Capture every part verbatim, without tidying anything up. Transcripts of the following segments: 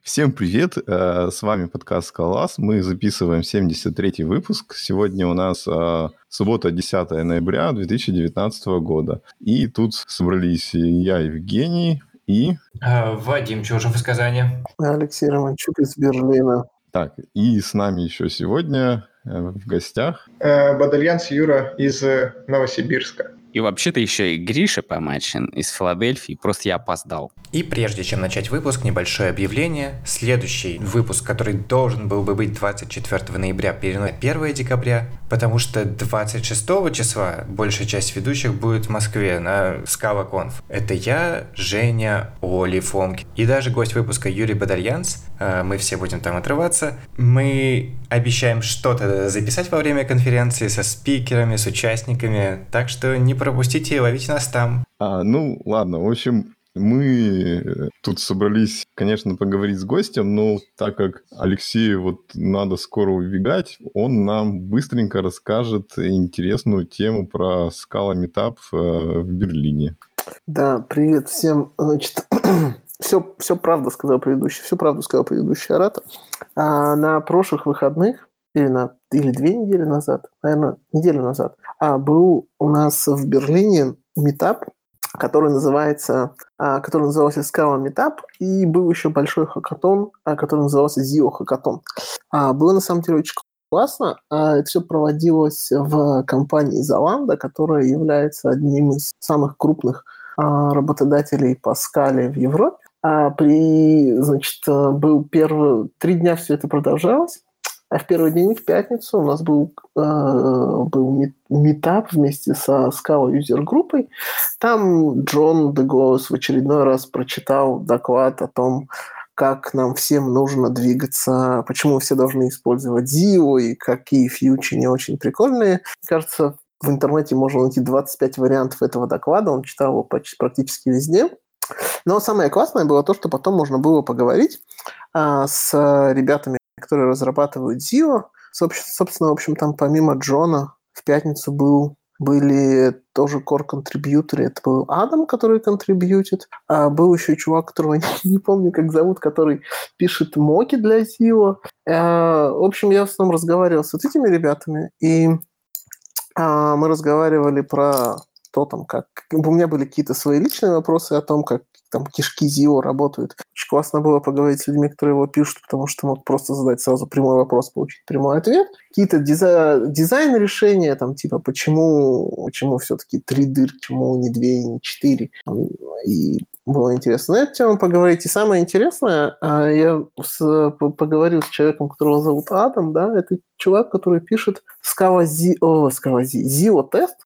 Всем привет! э, С вами подкаст «Скалолаз». Мы записываем семьдесят третий выпуск. Сегодня у нас э, суббота, десятое ноября две тысячи девятнадцатого года. И тут собрались я, Евгений, и... А, Вадим Чужов из Казани. Алексей Романчук из Берлина. Так, и с нами еще сегодня э, в гостях... Э, Бадальянс Юра из э, Новосибирска. И вообще-то еще и Гриша Помачин из Филадельфии, просто я опоздал. И прежде чем начать выпуск, небольшое объявление. Следующий выпуск, который должен был бы быть двадцать четвёртого ноября, переносится на первое декабря, потому что двадцать шестого числа большая часть ведущих будет в Москве на ScalaConf. Это я, Женя, Оли, Фомки и даже гость выпуска Юрий Бадальянс. Мы все будем там отрываться. Мы обещаем что-то записать во время конференции со спикерами, с участниками, так что не пропустите и ловите нас там. А, ну, ладно, в общем... Мы тут собрались, конечно, поговорить с гостем, но так как Алексею вот надо скоро убегать, он нам быстренько расскажет интересную тему про Scala Meetup в Берлине. Да, привет всем. Значит, все, все правда сказал предыдущий, все правду сказал предыдущий оратор. А на прошлых выходных, или, на, или две недели назад, наверное, неделю назад, а, был у нас в Берлине meetup, который называется, а, который назывался Scala Meetup, и был еще большой хакатон, а, который назывался Zio Hackathon. А, было на самом деле очень классно. А, это все проводилось в компании Zalando, которая является одним из самых крупных а, работодателей по скале в Европе. А, при, значит, был первый, три дня все это продолжалось. А в первый день, в пятницу, у нас был, э, был митап вместе со Scala User группой. Там Джон Деголос в очередной раз прочитал доклад о том, как нам всем нужно двигаться, почему все должны использовать Zio и какие фьючи не очень прикольные. Кажется, в интернете можно найти двадцать пять вариантов этого доклада. Он читал его почти, практически везде. Но самое классное было то, что потом можно было поговорить а, с ребятами, которые разрабатывают Zio. Собственно, в общем, там помимо Джона в пятницу был, были тоже core-контрибьюторы. Это был Адам, который контрибьютит. А был еще чувак, которого я не помню, как зовут, который пишет моки для Zio. А, в общем, я в основном разговаривал с этими ребятами, и а, мы разговаривали про то, там, как... У меня были какие-то свои личные вопросы о том, как там кишки Zio работают. Очень классно было поговорить с людьми, которые его пишут, потому что мог просто задать сразу прямой вопрос, получить прямой ответ. Какие-то дизай... дизайн-решения, там, типа, почему, почему все-таки три дыр, почему не две и не четыре. И было интересно на эту тему поговорить. И самое интересное, я с... поговорил с человеком, которого зовут Адам, да, это чувак, который пишет Scala Zio, о, Scala Zio, Zio тест,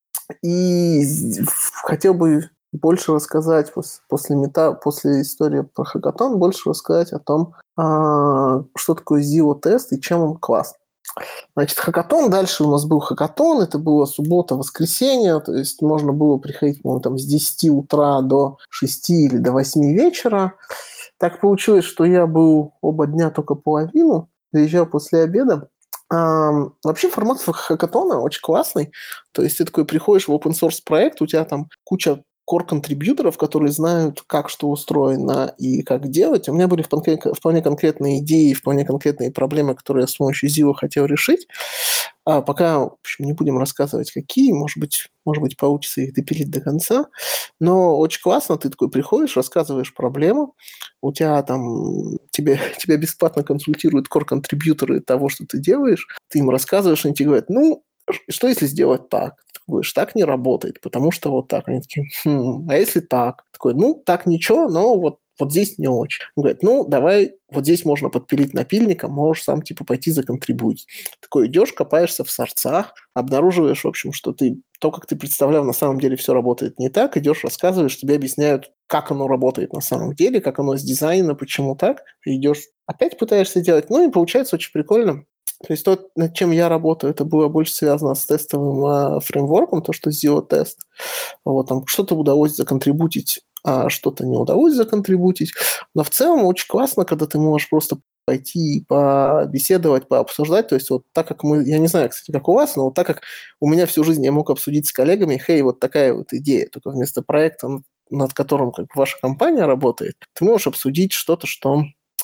и хотел бы больше рассказать после, мета, после истории про хакатон, больше рассказать о том, а, что такое Zio-тест и чем он классный. Значит, хакатон, дальше у нас был хакатон, это было суббота-воскресенье, то есть можно было приходить, по-моему, там, с десяти утра до шести или до восьми вечера. Так получилось, что я был оба дня только половину, приезжал после обеда. А, вообще формат хакатона очень классный, то есть ты такой приходишь в open source проект, у тебя там куча core-контрибьюторов, которые знают, как что устроено и как делать. У меня были вполне конкретные идеи, вполне конкретные проблемы, которые я с помощью Zio хотел решить. А пока, в общем, не будем рассказывать, какие. Может быть, может быть, получится их допилить до конца. Но очень классно. Ты такой приходишь, рассказываешь проблему. У тебя там... Тебя, тебя бесплатно консультируют core-контрибьюторы того, что ты делаешь. Ты им рассказываешь, они тебе говорят, ну, что если сделать так? Ты говоришь, так не работает, потому что вот так. Они такие, хм, а если так? Такой, ну, так ничего, но вот, вот здесь не очень. Он говорит, ну, давай, вот здесь можно подпилить напильником, можешь сам, типа, пойти законтрибутить. Такой идешь, копаешься в сорцах, обнаруживаешь, в общем, что ты, то, как ты представлял, на самом деле все работает не так, идешь, рассказываешь, тебе объясняют, как оно работает на самом деле, как оно сдизайнено, почему так. Ты идешь, опять пытаешься делать, ну, и получается очень прикольно. То есть то, над чем я работаю, это было больше связано с тестовым э, фреймворком, то, что Zio-тест. Вот, там что-то удалось законтрибутить, а что-то не удалось законтрибутить. Но в целом очень классно, когда ты можешь просто пойти и побеседовать, пообсуждать. То есть вот так как мы... Я не знаю, кстати, как у вас, но вот так как у меня всю жизнь я мог обсудить с коллегами, хей, вот такая вот идея, только вместо проекта, над которым как бы ваша компания работает, ты можешь обсудить что-то, что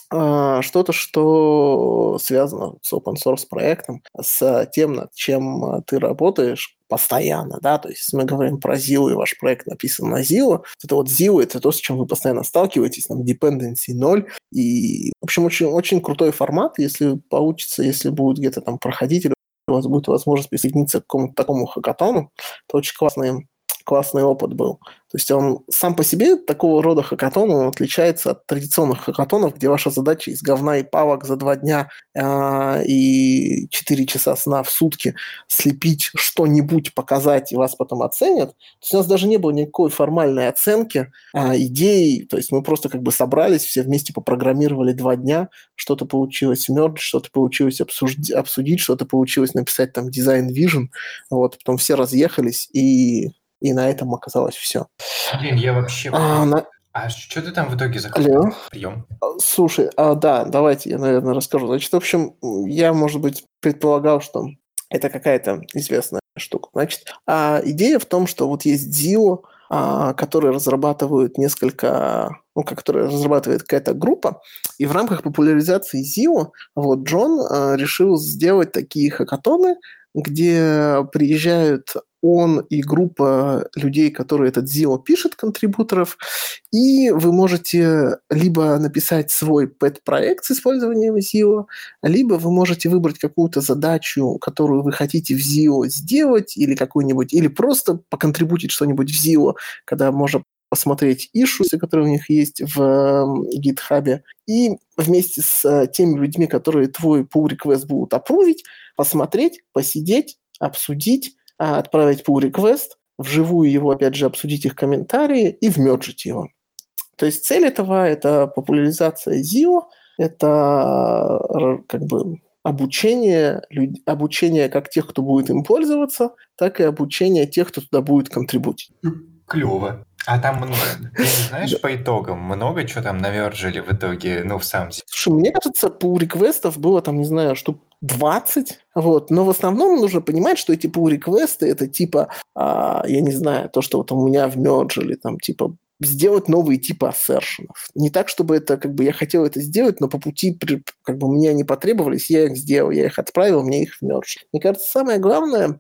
а, что-то, что связано с open source проектом, с тем, над чем а, ты работаешь постоянно, да, то есть если мы говорим про Zio, и ваш проект написан на Zio, это вот Zio — это то, с чем вы постоянно сталкиваетесь, там, dependency ноль, и, в общем, очень, очень крутой формат, если получится, если будет где-то там проходить, или у вас будет возможность присоединиться к какому-то такому хакатону, то очень классный, классный опыт был. То есть он сам по себе, такого рода хакатон, он отличается от традиционных хакатонов, где ваша задача из говна и палок за два дня э, и четыре часа сна в сутки слепить что-нибудь, показать, и вас потом оценят. То есть у нас даже не было никакой формальной оценки э, идей. То есть мы просто как бы собрались, все вместе попрограммировали два дня, что-то получилось мердж, что-то получилось обсужд... обсудить, что-то получилось написать там дизайн-вижн. Вот, потом все разъехались, и И на этом оказалось все. Блин, я вообще... А, на... А что ты там в итоге за Алло. прием? Слушай, а, да, давайте я, наверное, расскажу. Значит, в общем, я, может быть, предполагал, что это какая-то известная штука. Значит, а идея в том, что вот есть Zio, а, который разрабатывают несколько... Ну, который разрабатывает какая-то группа, и в рамках популяризации Zio вот Джон а, решил сделать такие хакатоны, где приезжают он и группа людей, которые этот Zio пишет, контрибуторов, и вы можете либо написать свой пэт-проект с использованием Zio, либо вы можете выбрать какую-то задачу, которую вы хотите в Zio сделать, или какую-нибудь, или просто поконтрибутить что-нибудь в Zio, когда можно посмотреть issues, которые у них есть в GitHub, и вместе с теми людьми, которые твой pull request будут апрувить, посмотреть, посидеть, обсудить, отправить pull request, вживую его, опять же, обсудить их комментарии и вмерджить его. То есть цель этого – это популяризация Zio, это как бы обучение, обучение как тех, кто будет им пользоваться, так и обучение тех, кто туда будет контрибутить. Клево. А там, ну, ты не знаешь по итогам, много чего там навержили в итоге, ну, в самом... Слушай, мне кажется, pull-реквестов было там, не знаю, штук двадцать, вот, но в основном нужно понимать, что эти pull-реквесты это типа, а, я не знаю, то, что вот у меня в мерджили, там, типа, сделать новые типы ассершенов. Не так, чтобы это, как бы, я хотел это сделать, но по пути, как бы, мне они потребовались, я их сделал, я их отправил, мне их вмерджили. Мне кажется, самое главное,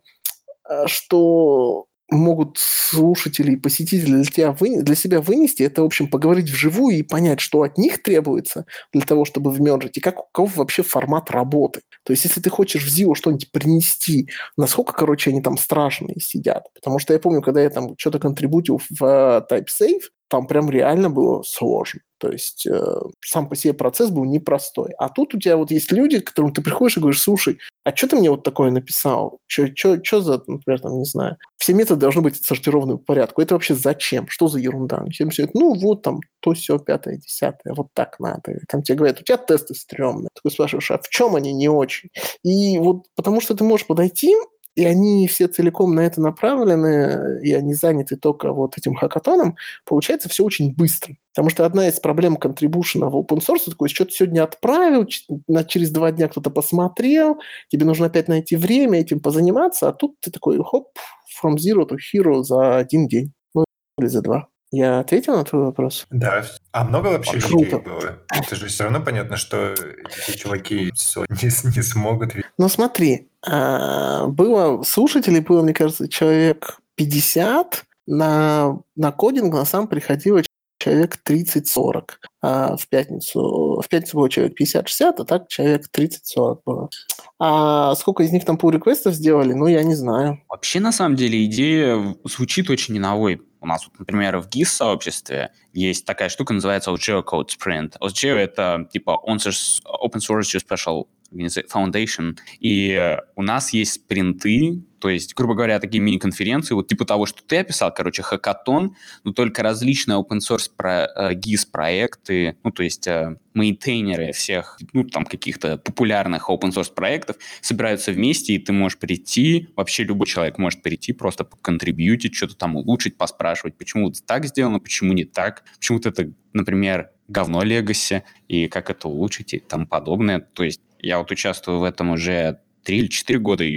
что могут слушатели и посетители для, тебя вы... для себя вынести, это, в общем, поговорить вживую и понять, что от них требуется для того, чтобы вмержить, и как, каков вообще формат работы. То есть, если ты хочешь в Zio что-нибудь принести, насколько, короче, они там страшные сидят. Потому что я помню, когда я там что-то контрибутил в uh, TypeSafe, там прям реально было сложно. То есть э, сам по себе процесс был непростой. А тут у тебя вот есть люди, к которым ты приходишь и говоришь, слушай, а что ты мне вот такое написал? Что за, например, там, не знаю, все методы должны быть отсортированы по порядку. Это вообще зачем? Что за ерунда? Всем все это, ну вот там то, сё, пятое, десятое, вот так надо. И там тебе говорят, у тебя тесты стрёмные. Ты спрашиваешь, а в чем они не очень? И вот потому что ты можешь подойти, и они все целиком на это направлены, и они заняты только вот этим хакатоном, получается все очень быстро. Потому что одна из проблем контрибушена в open source, такой, что-то сегодня отправил, через два дня кто-то посмотрел, тебе нужно опять найти время этим позаниматься, а тут ты такой, хоп, from zero to hero за один день. Ну, или за два. Я ответил на твой вопрос? Да. А много вообще Круто. людей было? Это же все равно понятно, что эти чуваки не, не смогут. Ну смотри, было слушателей, было, мне кажется, человек пятьдесят, на, на кодинг на сам приходило человек тридцать-сорок. А в пятницу, в пятницу было человек пятьдесят-шестьдесят, а так человек тридцать-сорок было. А сколько из них там pull-реквестов сделали, ну, я не знаю. Вообще, на самом деле, идея звучит очень новой. У нас, вот, например, в гис-сообществе есть такая штука, называется о джей о Code Sprint. о джей о — это типа Open Source Special Foundation, и у нас есть спринты, то есть, грубо говоря, такие мини-конференции, вот типа того, что ты описал, короче, хакатон, но только различные open-source про, гис-проекты, ну, то есть мейнтейнеры всех, ну, там, каких-то популярных open-source проектов собираются вместе, и ты можешь прийти, вообще любой человек может прийти, просто поконтрибьютить, что-то там улучшить, поспрашивать, почему вот так сделано, почему не так, почему-то это, например, говно Legacy, и как это улучшить, и тому подобное. То есть я вот участвую в этом уже три или четыре года, и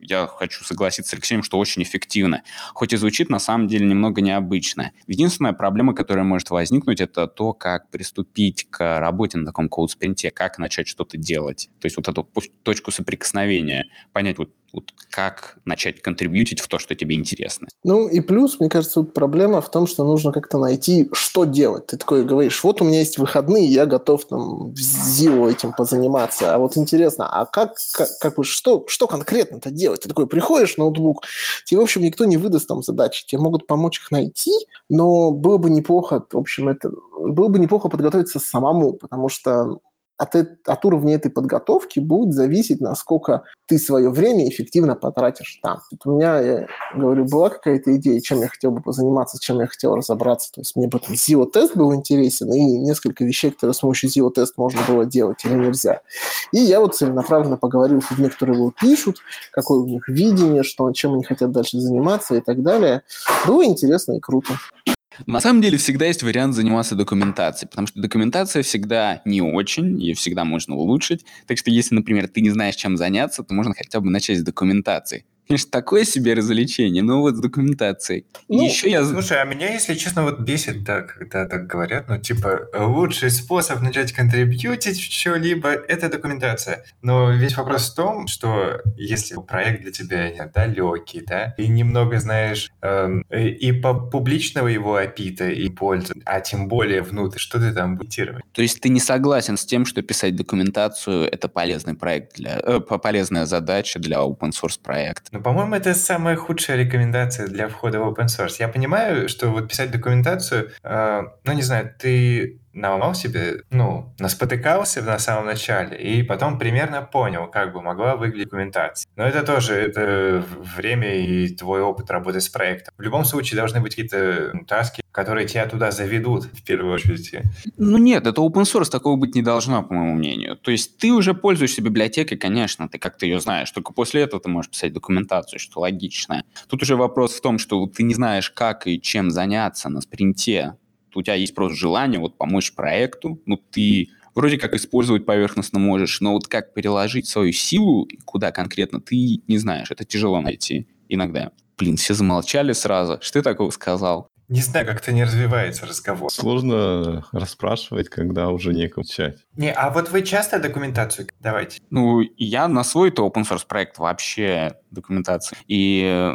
я хочу согласиться с Алексеем, что очень эффективно. Хоть и звучит на самом деле немного необычно. Единственная проблема, которая может возникнуть, это то, как приступить к работе на таком коуд-спринте, как начать что-то делать. То есть вот эту точку соприкосновения, понять, вот, вот как начать контрибьютить в то, что тебе интересно. Ну и плюс, мне кажется, тут проблема в том, что нужно как-то найти, что делать. Ты такой говоришь, вот у меня есть выходные, я готов там в Zio этим позаниматься. А вот интересно, а как, как, как бы, что, что конкретно-то делать? Ты такой приходишь, ноутбук, тебе, в общем, никто не выдаст там задачи, тебе могут помочь их найти, но было бы неплохо, в общем, это было бы неплохо подготовиться самому, потому что От, от уровня этой подготовки будет зависеть, насколько ты свое время эффективно потратишь там. Вот у меня, я говорю, была какая-то идея, чем я хотел бы позаниматься, чем я хотел разобраться. То есть мне бы там Zio-тест был интересен, и несколько вещей, которые с помощью Zio-тест можно было делать или нельзя. И я вот целенаправленно поговорил с людьми, которые его пишут, какое у них видение, что, чем они хотят дальше заниматься и так далее. Было интересно и круто. На самом деле всегда есть вариант заниматься документацией, потому что документация всегда не очень, ее всегда можно улучшить. Так что если, например, ты не знаешь, чем заняться, то можно хотя бы начать с документации. Конечно, такое себе развлечение, но вот с документацией. Ну, еще я... Слушай, а меня, если честно, вот бесит, да, когда так говорят, ну, типа, лучший способ начать контрибьютить в что-либо – это документация. Но весь вопрос в том, что если проект для тебя далекий, да, и немного знаешь эм, и по публичного его опита и пользы, а тем более внутрь, что ты там будешь монтировать? То есть ты не согласен с тем, что писать документацию – это полезный проект для, э, полезная задача для open-source проекта? Ну, по-моему, это самая худшая рекомендация для входа в open source. Я понимаю, что вот писать документацию, э, ну, не знаю, ты наломал себе, ну, наспотыкался на самом начале, и потом примерно понял, как бы могла выглядеть документация. Но это тоже это время и твой опыт работы с проектом. В любом случае должны быть какие-то таски, которые тебя туда заведут, в первую очередь. Ну нет, это open source, такого быть не должно, по моему мнению. То есть ты уже пользуешься библиотекой, конечно, ты как-то ее знаешь, только после этого ты можешь писать документацию, что логично. Тут уже вопрос в том, что ты не знаешь, как и чем заняться на спринте. У тебя есть просто желание вот помочь проекту, ну ты вроде как использовать поверхностно можешь, но вот как переложить свою силу, куда конкретно, ты не знаешь, это тяжело найти иногда. Блин, все замолчали сразу, что ты такого сказал? Не знаю, как-то не развивается разговор. Сложно расспрашивать, когда уже некому чать. Не, а вот вы часто документацию давайте? Ну, я на свой-то open source проект вообще документацию. И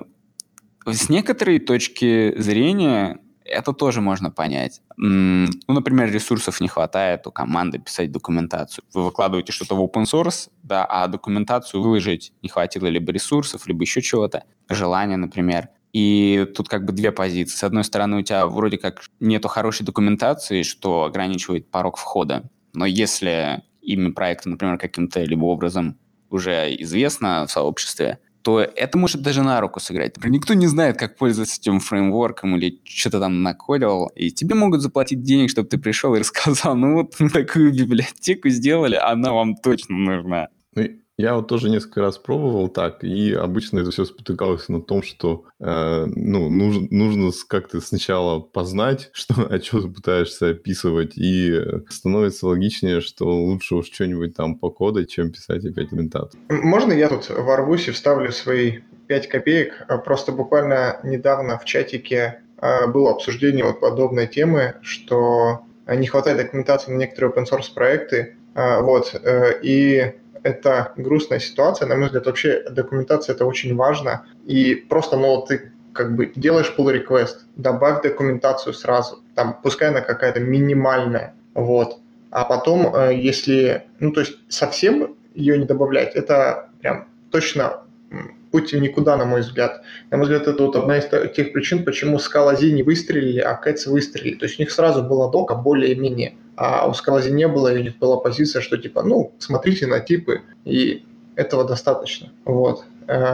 с некоторой точки зрения это тоже можно понять. Ну, например, ресурсов не хватает у команды писать документацию. Вы выкладываете что-то в open source, да, а документацию выложить не хватило либо ресурсов, либо еще чего-то, желания, например. И тут как бы две позиции. С одной стороны, у тебя вроде как нету хорошей документации, что ограничивает порог входа. Но если имя проекта, например, каким-то либо образом уже известно в сообществе, то это может даже на руку сыграть. Например, никто не знает, как пользоваться этим фреймворком или что-то там накодил, и тебе могут заплатить денег, чтобы ты пришел и рассказал, ну вот мы такую библиотеку сделали, она вам точно нужна. Я вот тоже несколько раз пробовал так, и обычно это все спотыкалось на том, что э, ну, нужно, нужно как-то сначала познать, что, о чем ты пытаешься описывать, и становится логичнее, что лучше уж что-нибудь там покодать, чем писать опять документацию. Можно я тут ворвусь и вставлю свои пять копеек? Просто буквально недавно в чатике было обсуждение вот подобной темы, что не хватает документации на некоторые open-source проекты, вот, и это грустная ситуация. На мой взгляд, вообще документация – это очень важно. И просто, ну, ты как бы делаешь pull request, добавь документацию сразу. Там, пускай она какая-то минимальная. Вот. А потом, если, ну, то есть совсем ее не добавлять, это прям точно путь никуда, на мой взгляд. На мой взгляд, это вот одна из тех причин, почему Scala-Z не выстрелили, а Cats выстрелили. То есть у них сразу была дока более-менее. А у Scala-Z не было, и у них была позиция, что типа, ну, смотрите на типы, и этого достаточно. Вот.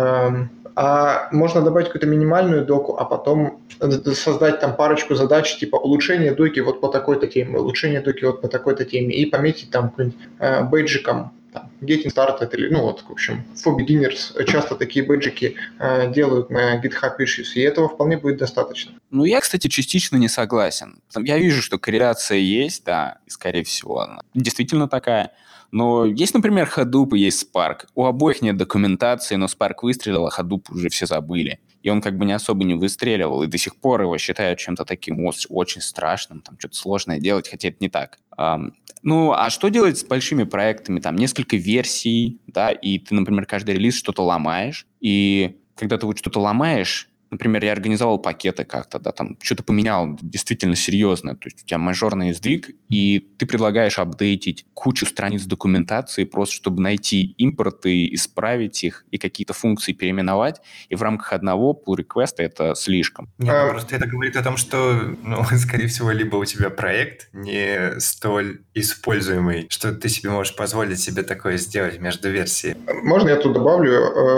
А можно добавить какую-то минимальную доку, а потом создать там парочку задач, типа улучшение доки вот по такой-то теме, улучшение доки вот по такой-то теме, и пометить там каким-нибудь бейджиком, там, getting started, или, ну вот, в общем, for beginners часто такие бейджики э, делают на GitHub issues, и этого вполне будет достаточно. Ну, я, кстати, частично не согласен. Я вижу, что корреляция есть, да, и, скорее всего, она действительно такая, Но есть, например, Hadoop и есть Spark. У обоих нет документации, но Spark выстрелил, а Hadoop уже все забыли. И он как бы не особо не выстреливал, и до сих пор его считают чем-то таким очень страшным, там что-то сложное делать, хотя это не так. Um, ну, а что делать с большими проектами? Там несколько версий, да, и ты, например, каждый релиз что-то ломаешь, и когда ты вот что-то ломаешь, например, я организовал пакеты как-то, да, там что-то поменял действительно серьезно, то есть у тебя мажорный сдвиг, и ты предлагаешь апдейтить кучу страниц документации просто, чтобы найти импорты, исправить их и какие-то функции переименовать, и в рамках одного pull request это слишком. Нет, ну, просто это говорит о том, что, ну, скорее всего, либо у тебя проект не столь используемый, что ты себе можешь позволить себе такое сделать между версиями. Можно я тут добавлю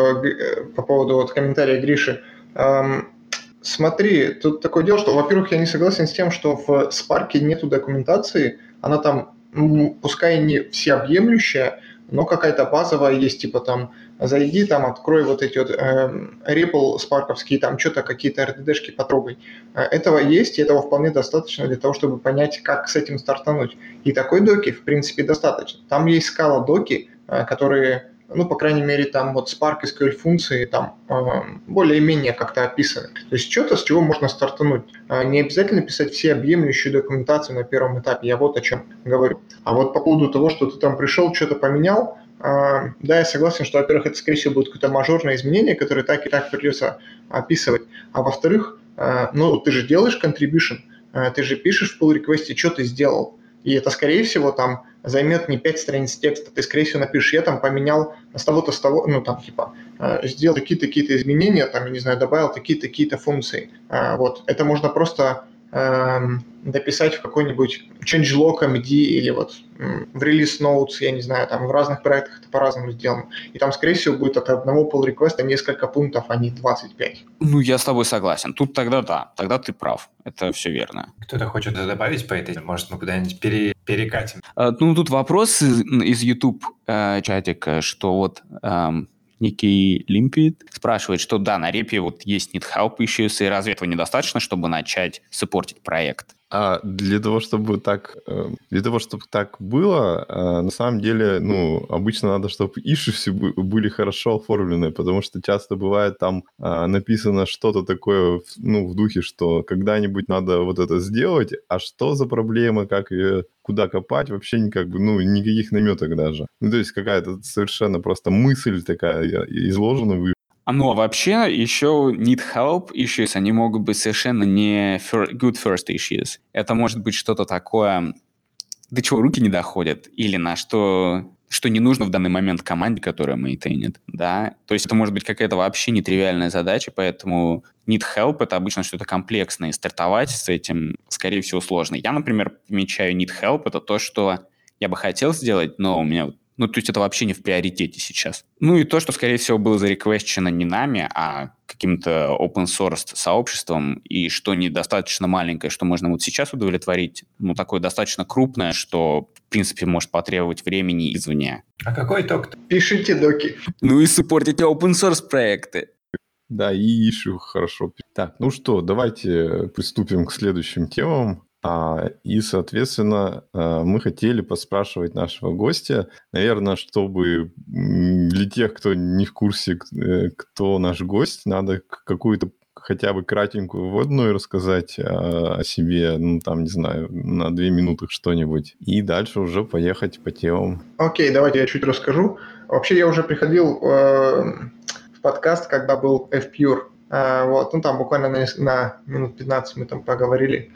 э, по поводу вот комментария Гриши? Эм, смотри, тут такое дело, что, во-первых, я не согласен с тем, что в Spark нету документации. Она там, ну, пускай не всеобъемлющая, но какая-то базовая есть, типа там зайди, там открой вот эти вот э, репл спарковские, там что-то какие-то эр ди ди-шки потрогай. Этого есть, и этого вполне достаточно для того, чтобы понять, как с этим стартануть. И такой доки, в принципе, достаточно. Там есть скала доки, э, которые... Ну, по крайней мере, там вот Spark эс кью эль функции там э, более-менее как-то описаны. То есть что-то, с чего можно стартануть. Э, не обязательно писать все объемлющую документацию на первом этапе. Я вот о чем говорю. А вот по поводу того, что ты там пришел, что-то поменял, э, да, я согласен, что, во-первых, это, скорее всего, будет какое-то мажорное изменение, которое так и так придется описывать. А во-вторых, э, ну, ты же делаешь contribution, э, ты же пишешь в pull request, что ты сделал. И это, скорее всего, там займет не пять страниц текста. Ты, скорее всего, напишешь, я там поменял с того-то, с того, ну, там, типа, э, сделал такие-то, такие-то изменения, там, я не знаю, добавил такие-то, такие-то функции. Э, вот. Это можно просто э, дописать в какой-нибудь changelog эм ди или вот э, в release notes, я не знаю, там, в разных проектах это по-разному сделано. И там, скорее всего, будет от одного pull request несколько пунктов, а не двадцать пять. Ну, я с тобой согласен. Тут тогда да, тогда ты прав. Это все верно. Кто-то хочет добавить по этой, может, мы куда-нибудь пере, перекатим. А, ну, тут вопрос из, из YouTube э, чатика, что вот эм, некий Limpid спрашивает, что да, на репе вот есть need help issues, и разве этого недостаточно, чтобы начать саппортить проект? А для того, чтобы так, для того, чтобы так было, на самом деле, ну, обычно надо, чтобы issues были хорошо оформлены, потому что часто бывает там написано что-то такое, ну, в духе, что когда-нибудь надо вот это сделать, а что за проблема, как ее, куда копать, вообще никак бы, ну, никаких наметок даже. Ну, то есть какая-то совершенно просто мысль такая изложена в Ну, а вообще еще need help issues, они могут быть совершенно не good first issues. Это может быть что-то такое, до чего руки не доходят, или на что, что не нужно в данный момент команде, которая мейнтейнит, да. То есть это может быть какая-то вообще нетривиальная задача, поэтому need help — это обычно что-то комплексное, и стартовать с этим, скорее всего, сложно. Я, например, помечаю need help — это то, что я бы хотел сделать, но у меня... Ну, то есть это вообще не в приоритете сейчас. Ну и то, что, скорее всего, было зареквещено не нами, а каким-то open-source сообществом, и что недостаточно маленькое, что можно вот сейчас удовлетворить, ну, такое достаточно крупное, что, в принципе, может потребовать времени извне. А какой итог-то? Пишите доки. Ну и саппортите open-source проекты. Да, и issue хорошо. Так, ну что, давайте приступим к следующим темам. А, и, соответственно, мы хотели поспрашивать нашего гостя, наверное, чтобы для тех, кто не в курсе, кто наш гость, надо какую-то хотя бы кратенькую вводную рассказать о, о себе, ну, там, не знаю, на две минуты что-нибудь, и дальше уже поехать по темам. Окей, давайте я чуть расскажу. Вообще, я уже приходил э, в подкаст, когда был F-Pure. Вот, ну там буквально на, на минут пятнадцать мы там поговорили.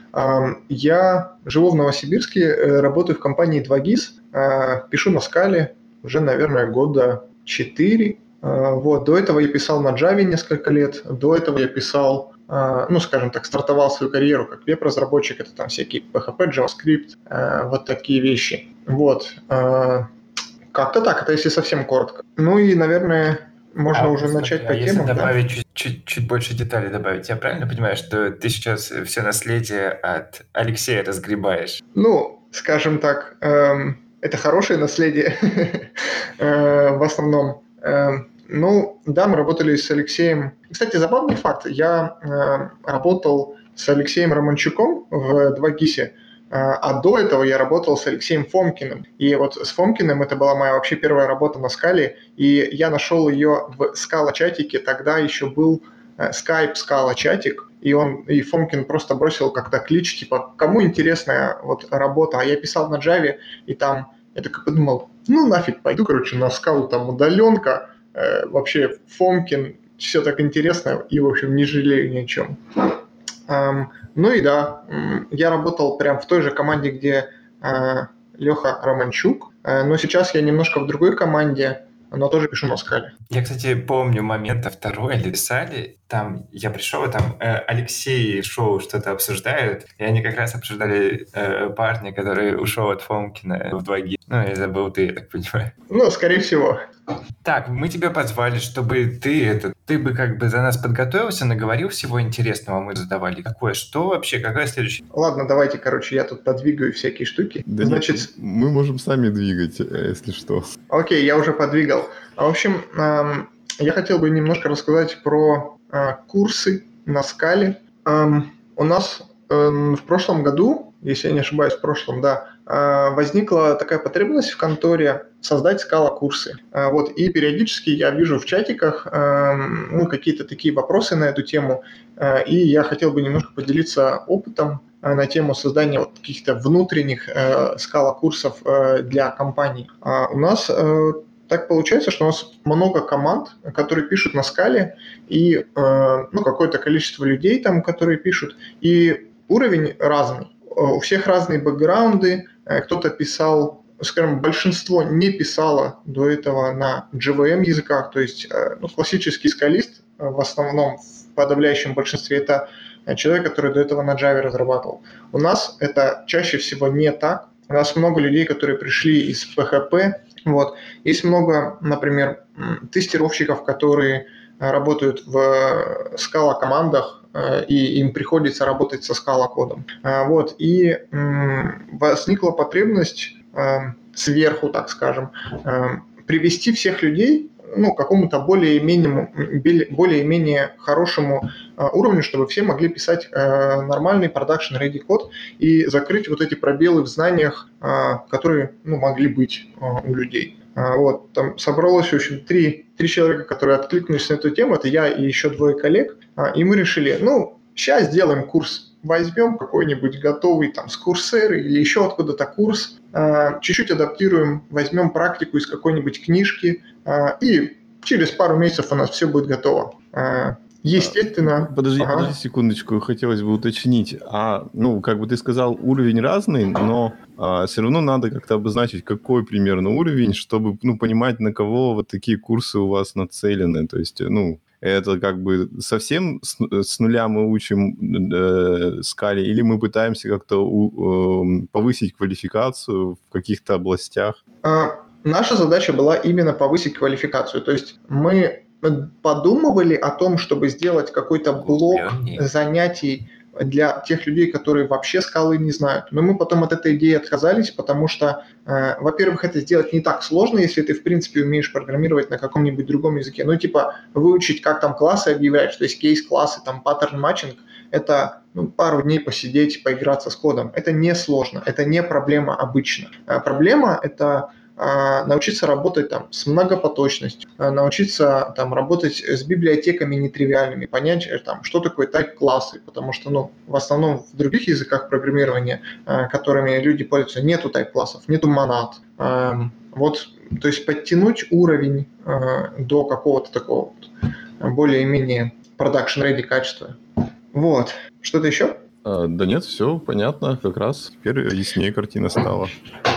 Я живу в Новосибирске, работаю в компании два гис, пишу на скале уже, наверное, года четыре. Вот, до этого я писал на Java несколько лет, до этого я писал, ну, скажем так, стартовал свою карьеру как веб-разработчик, это там всякие пи эйч пи, JavaScript, вот такие вещи. Вот, как-то так, это если совсем коротко. Ну и, наверное... Можно а, уже кстати, начать по а темам, если добавить да? чуть, чуть больше деталей добавить, я правильно понимаю, что ты сейчас все наследие от Алексея разгребаешь? Ну, скажем так, эм, это хорошее наследие в основном. Ну, да, мы работали с Алексеем. Кстати, забавный факт. Я работал с Алексеем Романчуком в два гисе. А до этого я работал с Алексеем Фомкиным. И вот с Фомкиным это была моя вообще первая работа на скале, и я нашел ее в скала-чатике, тогда еще был Skype скала-чатик, и он, и Фомкин просто бросил как-то клич, типа, кому интересная вот работа, а я писал на Java, и там, я так подумал, ну нафиг, пойду, короче, на скалу, там удаленка, э, вообще Фомкин, все так интересно, и, в общем, не жалею ни о чем. Um, ну и да, я работал прям в той же команде, где uh, Леха Романчук, uh, но сейчас я немножко в другой команде, но тоже пишу на скале. Я, кстати, помню момент второй, или писали, там я пришел, там э, Алексей и Шоу что-то обсуждают, и они как раз обсуждали э, парня, который ушел от Фомкина в два джи. Ну, это был ты, я так понимаю. Ну, скорее всего. Так, мы тебя позвали, чтобы ты это, ты бы как бы за нас подготовился, наговорил всего интересного, мы задавали. Какое, что вообще, какая следующая? Ладно, давайте, короче, я тут подвигаю всякие штуки. Да Значит, нет, мы можем сами двигать, если что. Окей, я уже подвигал. В общем, эм, я хотел бы немножко рассказать про э, курсы на скале. Эм, у нас эм, в прошлом году, если я не ошибаюсь, в прошлом, да, э, возникла такая потребность в конторе создать скала-курсы. Э, вот, и периодически я вижу в чатиках э, ну, какие-то такие вопросы на эту тему, э, и я хотел бы немножко поделиться опытом э, на тему создания вот каких-то внутренних э, скала-курсов э, для компаний. А у нас э, так получается, что у нас много команд, которые пишут на скале, и э, ну, какое-то количество людей там, которые пишут, и уровень разный. У всех разные бэкграунды, кто-то писал, скажем, большинство не писало до этого на джей ви эм языках, то есть ну, классический скалист в основном, в подавляющем большинстве, это человек, который до этого на Java разрабатывал. У нас это чаще всего не так. У нас много людей, которые пришли из пи эйч пи. Вот. Есть много, например, тестировщиков, которые работают в скала-командах, и им приходится работать со скала-кодом. Вот. И возникла потребность сверху, так скажем, привести всех людей ну, к какому-то более-менее, более-менее хорошему уровню, чтобы все могли писать нормальный production-ready код и закрыть вот эти пробелы в знаниях, которые ну, могли быть у людей. Вот, там собралось, в общем, три, три человека, которые откликнулись на эту тему, это я и еще двое коллег, и мы решили, ну, сейчас сделаем курс, возьмем какой-нибудь готовый там с Coursera или еще откуда-то курс, чуть-чуть адаптируем, возьмем практику из какой-нибудь книжки, и через пару месяцев у нас все будет готово. Естественно. Подожди, ага. подожди секундочку, хотелось бы уточнить. А, ну, как бы ты сказал, уровень разный, но а, все равно надо как-то обозначить, какой примерно уровень, чтобы, ну, понимать, на кого вот такие курсы у вас нацелены. То есть, ну, это как бы совсем с, с нуля мы учим э, скале, или мы пытаемся как-то у, э, повысить квалификацию в каких-то областях? А, наша задача была именно повысить квалификацию. То есть мы подумывали о том, чтобы сделать какой-то блок занятий для тех людей, которые вообще скалы не знают. Но мы потом от этой идеи отказались, потому что, э, во-первых, это сделать не так сложно, если ты, в принципе, умеешь программировать на каком-нибудь другом языке. Ну, типа, выучить, как там классы объявлять, что есть кейс-классы, там, паттерн-матчинг, это ну, пару дней посидеть, поиграться с кодом. Это не сложно, это не проблема обычно. А проблема – это научиться работать там с многопоточностью, научиться там работать с библиотеками нетривиальными, понять, там, что такое тайп-классы, потому что ну, в основном в других языках программирования, которыми люди пользуются, нету тайп-классов, нету монад. Вот, то есть подтянуть уровень до какого-то такого более-менее production-ready качества. Вот. Что-то еще? А, да нет, все понятно, как раз теперь яснее картина стала.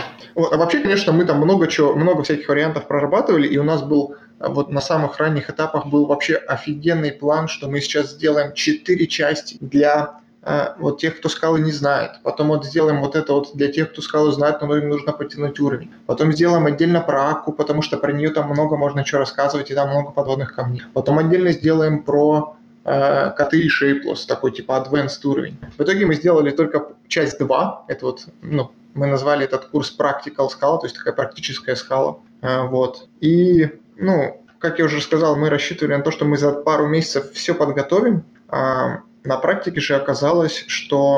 А вообще, конечно, мы там много чего, много всяких вариантов прорабатывали, и у нас был вот на самых ранних этапах был вообще офигенный план, что мы сейчас сделаем четыре части для э, вот тех, кто скалы не знает. Потом вот сделаем вот это вот для тех, кто скалу знает, но им нужно подтянуть уровень. Потом сделаем отдельно про Акку, потому что про нее там много можно чего рассказывать, и там много подводных камней. Потом отдельно сделаем про э, коты и Shapeless, такой типа advanced уровень. В итоге мы сделали только часть два, это вот, ну, мы назвали этот курс Practical Scala, то есть такая практическая скала. Вот. И, ну, как я уже сказал, мы рассчитывали на то, что мы за пару месяцев все подготовим. На практике же оказалось, что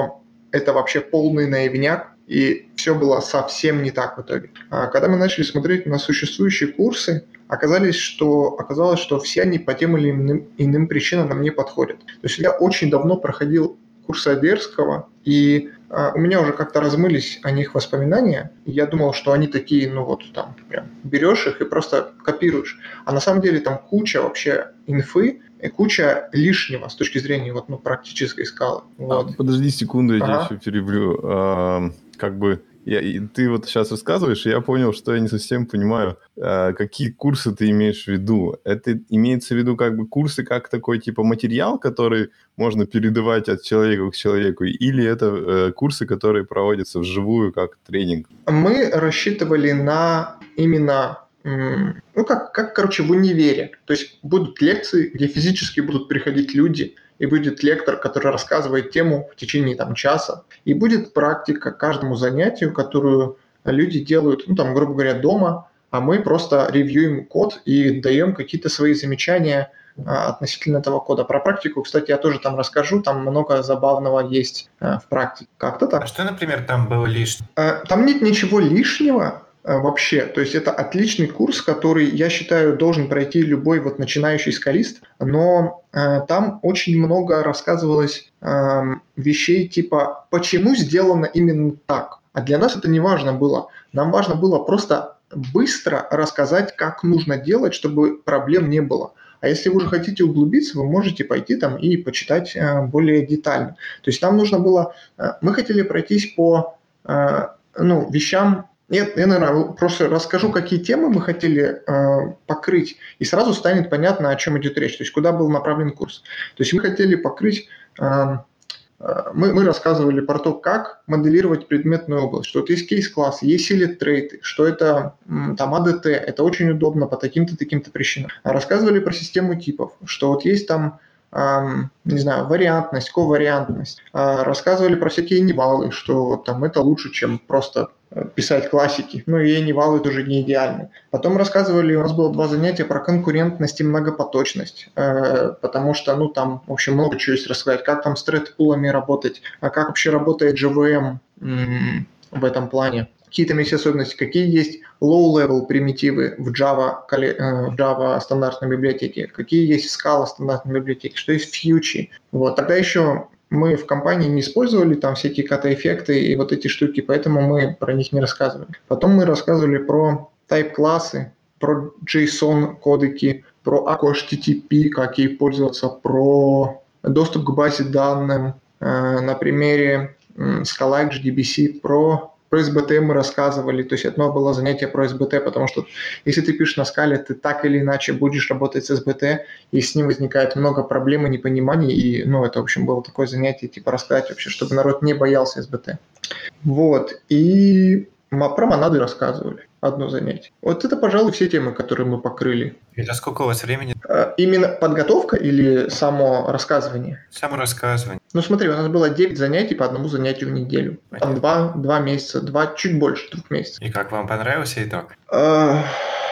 это вообще полный наивняк, и все было совсем не так в итоге. А когда мы начали смотреть на существующие курсы, оказалось, что, оказалось, что все они по тем или иным, иным причинам нам не подходят. То есть я очень давно проходил курсы Одерского, и а, у меня уже как-то размылись о них воспоминания, и я думал, что они такие, ну вот там, прям берешь их и просто копируешь. А на самом деле там куча вообще инфы, и куча лишнего с точки зрения вот, ну, практической скалы. Вот. А, подожди секунду, я ага. тебя еще перебью. А, как бы я, и ты вот сейчас рассказываешь, и я понял, что я не совсем понимаю, а, какие курсы ты имеешь в виду. Это имеется в виду как бы курсы как такой типа материал, который можно передавать от человека к человеку, или это э, курсы, которые проводятся вживую как тренинг? Мы рассчитывали на именно... Ну, как, как, короче, в универе. То есть будут лекции, где физически будут приходить люди, и будет лектор, который рассказывает тему в течение там, часа, и будет практика каждому занятию, которую люди делают, ну, там, грубо говоря, дома, а мы просто ревьюем код и даем какие-то свои замечания а, относительно этого кода. Про практику, кстати, я тоже там расскажу, там много забавного есть а, в практике. Как-то так. А что, например, там было лишнего? А, там нет ничего лишнего, вообще. То есть это отличный курс, который, я считаю, должен пройти любой вот начинающий скалист, но э, там очень много рассказывалось э, вещей типа «почему сделано именно так?». А для нас это не важно было. Нам важно было просто быстро рассказать, как нужно делать, чтобы проблем не было. А если вы уже хотите углубиться, вы можете пойти там и почитать э, более детально. То есть нам нужно было... Э, мы хотели пройтись по э, ну, вещам. Нет, я, наверное, просто расскажу, какие темы мы хотели э, покрыть, и сразу станет понятно, о чем идет речь, то есть куда был направлен курс. То есть мы хотели покрыть, э, э, мы, мы рассказывали про то, как моделировать предметную область, что вот есть кейс-класс, есть select-трейты, что это там эй ди ти, это очень удобно по таким-то, таким-то причинам. Рассказывали про систему типов, что вот есть там не знаю, вариантность, ковариантность. Рассказывали про всякие невалы, что там это лучше, чем просто писать классики. Ну и невалы тоже не идеальны. Потом рассказывали, у нас было два занятия про конкурентность и многопоточность, потому что, ну, там, в общем, много чего есть рассказать, как там с тред-пулами работать, а как вообще работает джей ви эм в этом плане. Какие там есть особенности, какие есть low-level примитивы в Java, в Java стандартной библиотеке, какие есть в Scala стандартной библиотеке, что есть в Fuchsia. Вот. Тогда еще мы в компании не использовали там всякие ката-эффекты и вот эти штуки, поэтому мы про них не рассказывали. Потом мы рассказывали про type-классы, про JSON-кодеки, про Aqua эйч ти ти пи, как ей пользоваться, про доступ к базе данным, на примере Scala икс ди би си, про... Про эс би ти мы рассказывали, то есть одно было занятие про эс би ти, потому что если ты пишешь на скале, ты так или иначе будешь работать с эс би ти, и с ним возникает много проблем и непониманий, и, ну, это, в общем, было такое занятие, типа, рассказать вообще, чтобы народ не боялся эс би ти. Вот, и про монады рассказывали, одно занятие. Вот это, пожалуй, все темы, которые мы покрыли. И за сколько у вас времени? Именно подготовка или само рассказывание? Само рассказывание. Ну смотри, у нас было девять занятий по одному занятию в неделю. Там два, два месяца, два, чуть больше двух месяцев. И как вам понравился итог? А,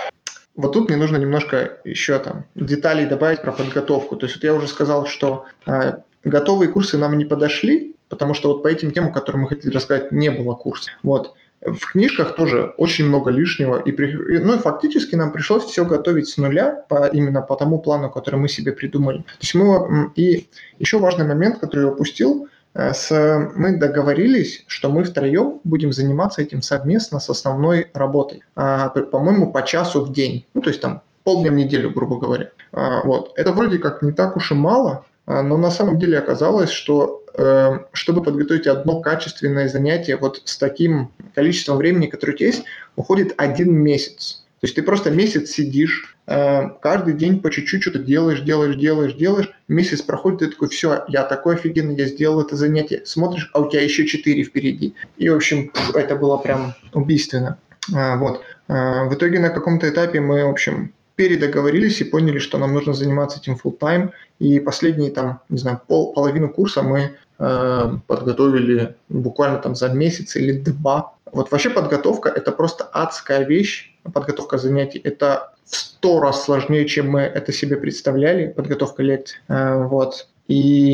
вот тут мне нужно немножко еще там деталей добавить про подготовку. То есть вот я уже сказал, что а, готовые курсы нам не подошли, потому что вот по этим темам, которые мы хотели рассказать, не было курса. Вот. В книжках тоже очень много лишнего, и, ну, и фактически нам пришлось все готовить с нуля по, именно по тому плану, который мы себе придумали. То есть мы, и еще важный момент, который я упустил, с, мы договорились, что мы втроем будем заниматься этим совместно с основной работой, а, по-моему, по часу в день, ну, то есть там полдня в неделю, грубо говоря. А, вот. Это вроде как не так уж и мало, но на самом деле оказалось, что э, чтобы подготовить одно качественное занятие вот с таким количеством времени, которое у тебя есть, уходит один месяц. То есть ты просто месяц сидишь, э, каждый день по чуть-чуть что-то делаешь, делаешь, делаешь, делаешь. Месяц проходит, ты такой, все, я такой офигенный, я сделал это занятие. Смотришь, а у тебя еще четыре впереди. И, в общем, это было прям убийственно. А, вот. А, в итоге на каком-то этапе мы, в общем, передоговорились и поняли, что нам нужно заниматься этим full-time. И последние, там, не знаю, пол, половину курса мы э, подготовили буквально там за месяц или два. Вот вообще подготовка – это просто адская вещь. Подготовка занятий – это в сто раз сложнее, чем мы это себе представляли, подготовка лекций. Э, вот. И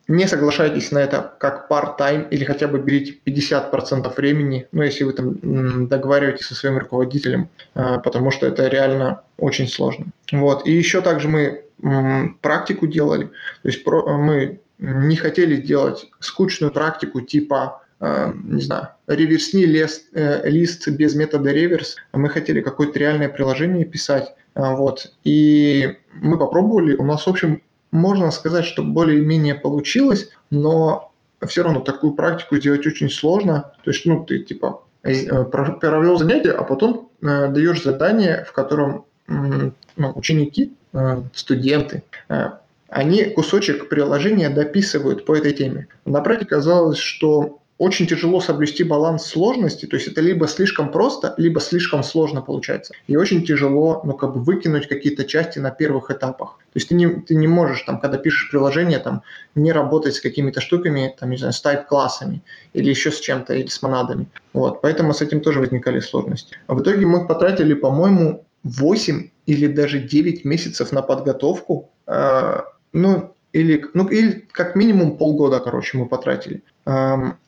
не соглашайтесь на это как part-time или хотя бы берите пятьдесят процентов времени, ну, если вы там договариваетесь со своим руководителем, потому что это реально очень сложно. Вот. И еще также мы практику делали, то есть мы не хотели делать скучную практику типа, не знаю, реверсни лист, лист без метода реверс, мы хотели какое-то реальное приложение писать, вот, и мы попробовали, у нас, в общем, можно сказать, что более-менее получилось, но все равно такую практику сделать очень сложно, то есть, ну, ты, типа, провел занятие, а потом даешь задание, в котором ну, ученики, студенты, они кусочек приложения дописывают по этой теме. На практике оказалось, что очень тяжело соблюсти баланс сложности, то есть это либо слишком просто, либо слишком сложно получается. И очень тяжело, ну, как бы выкинуть какие-то части на первых этапах. То есть ты не, ты не можешь, там, когда пишешь приложение, там, не работать с какими-то штуками, там, не знаю, с тайп-классами или еще с чем-то, или с монадами. Вот, поэтому с этим тоже возникали сложности. А в итоге мы потратили, по-моему, восемь или даже девять месяцев на подготовку, э, ну, или, ну, или как минимум полгода, короче, мы потратили. Эм,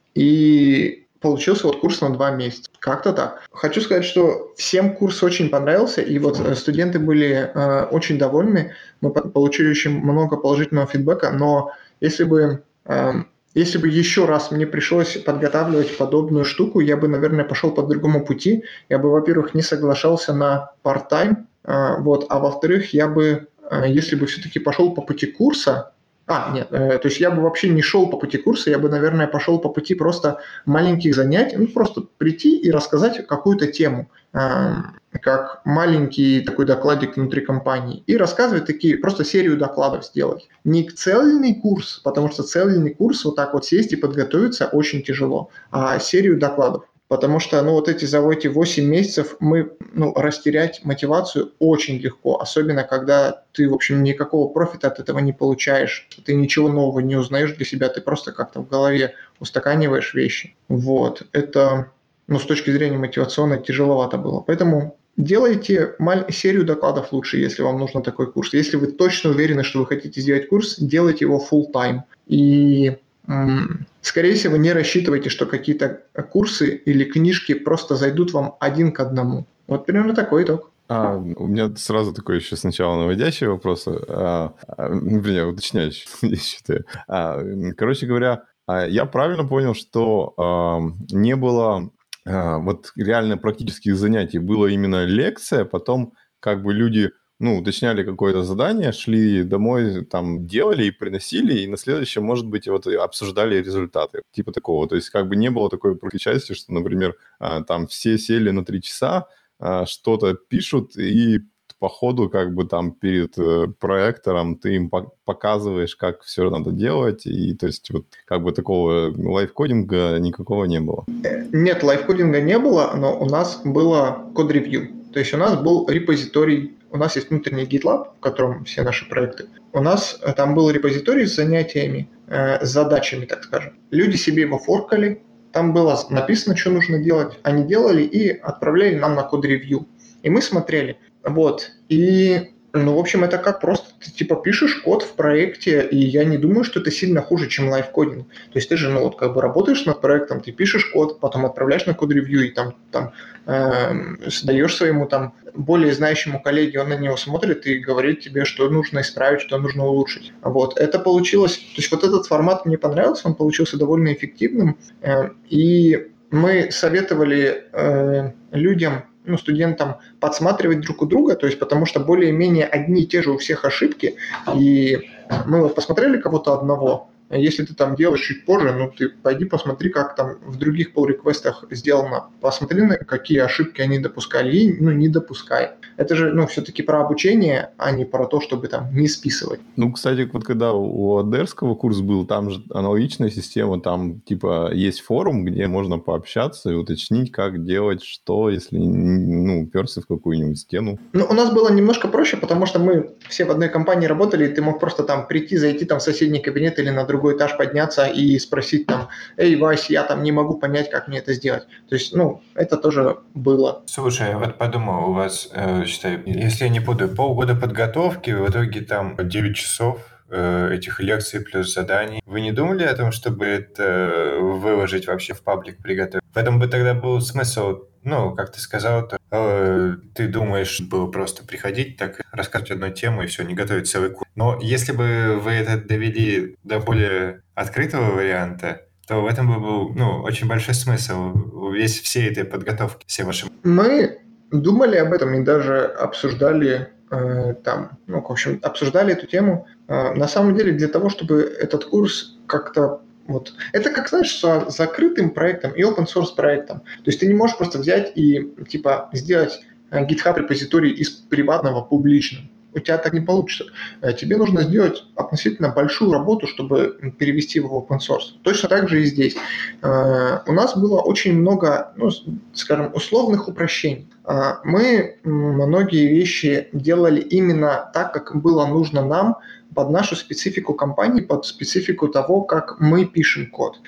И получился вот курс на два месяца. Как-то так. Хочу сказать, что всем курс очень понравился, и вот студенты были э, очень довольны. Мы получили очень много положительного фидбэка, но если бы, э, если бы еще раз мне пришлось подготавливать подобную штуку, я бы, наверное, пошел по другому пути. Я бы, во-первых, не соглашался на part-time, э, вот, а во-вторых, я бы, э, если бы все-таки пошел по пути курса, А, нет, э, то есть я бы вообще не шел по пути курса, я бы, наверное, пошел по пути просто маленьких занятий, ну, просто прийти и рассказать какую-то тему, э, как маленький такой докладик внутри компании, и рассказывать такие, просто серию докладов сделать. Не цельный курс, потому что цельный курс вот так вот сесть и подготовиться очень тяжело, а серию докладов. Потому что, ну, вот эти за эти восемь месяцев мы, ну, растерять мотивацию очень легко, особенно когда ты, в общем, никакого профита от этого не получаешь, ты ничего нового не узнаешь для себя, ты просто как-то в голове устаканиваешь вещи. Вот, это, ну, с точки зрения мотивационной тяжеловато было. Поэтому делайте серию докладов лучше, если вам нужен такой курс. Если вы точно уверены, что вы хотите сделать курс, делайте его full-time. И скорее всего, не рассчитывайте, что какие-то курсы или книжки просто зайдут вам один к одному. Вот примерно такой итог. А, у меня сразу такой еще сначала наводящий вопрос, а, а, вернее, уточняющий. а, короче говоря, я правильно понял, что а, не было а, вот реально практических занятий, было именно лекция, потом как бы люди... ну, уточняли какое-то задание, шли домой, там, делали и приносили, и на следующем, может быть, вот обсуждали результаты, типа такого. То есть как бы не было такой части, что, например, там все сели на три часа, что-то пишут, и по ходу как бы там перед проектором ты им показываешь, как все надо делать, и то есть вот как бы такого лайфкодинга никакого не было. Нет, лайфкодинга не было, но у нас было код-ревью. То есть у нас был репозиторий, у нас есть внутренний GitLab, в котором все наши проекты. У нас там был репозиторий с занятиями, э, с задачами, так скажем. Люди себе его форкали, там было написано, что нужно делать. Они делали и отправляли нам на код-ревью. И мы смотрели. Вот. И, ну, в общем, это как просто ты, типа, пишешь код в проекте, и я не думаю, что это сильно хуже, чем лайфкодинг. То есть ты же, ну, вот как бы работаешь над проектом, ты пишешь код, потом отправляешь на код-ревью, и там, там э, сдаешь своему там более знающему коллеге, он на него смотрит и говорит тебе, что нужно исправить, что нужно улучшить. Вот. Это получилось... То есть вот этот формат мне понравился, он получился довольно эффективным, э, и мы советовали э, людям, ну, студентам подсматривать друг у друга, то есть потому что более-менее одни и те же у всех ошибки, и мы вот посмотрели кого-то одного, если ты там делаешь чуть позже, ну, ты пойди посмотри, как там в других pull-реквестах сделано, посмотри, на какие ошибки они допускали, и, ну, не допускай. Это же, ну, все-таки про обучение, а не про то, чтобы там не списывать. Ну, кстати, вот когда у Адерского курс был, там же аналогичная система, там, типа, есть форум, где можно пообщаться и уточнить, как делать что, если, ну, уперся в какую-нибудь стену. Ну, у нас было немножко проще, потому что мы все в одной компании работали, и ты мог просто там прийти, зайти там в соседний кабинет или на другой другой этаж подняться и спросить там: «Эй, Вась, я там не могу понять, как мне это сделать». То есть, ну, это тоже было. Слушай, я вот подумал, у вас, э, считай, если я не путаю, полгода подготовки, в итоге там девять часов э, этих лекций плюс заданий. Вы не думали о том, чтобы это выложить вообще в паблик, приготовить? В этом бы тогда был смысл, ну, как ты сказал, то, э, ты думаешь, было просто приходить, так рассказывать одну тему и все, не готовить целый курс. Но если бы вы это довели до более открытого варианта, то в этом бы был, ну, очень большой смысл весь всей этой подготовки, все ваши... Мы думали об этом и даже обсуждали э, там, ну, в общем, обсуждали эту тему. Э, на самом деле для того, чтобы этот курс как-то вот... Это как, знаешь, с закрытым проектом и open source проектом. То есть ты не можешь просто взять и, типа, сделать GitHub репозиторий из приватного в публичный. У тебя так не получится. Тебе нужно сделать относительно большую работу, чтобы перевести его в open source. Точно так же и здесь. У нас было очень много, ну, скажем, условных упрощений. Мы многие вещи делали именно так, как было нужно нам, под нашу специфику компании, под специфику того, как мы пишем код.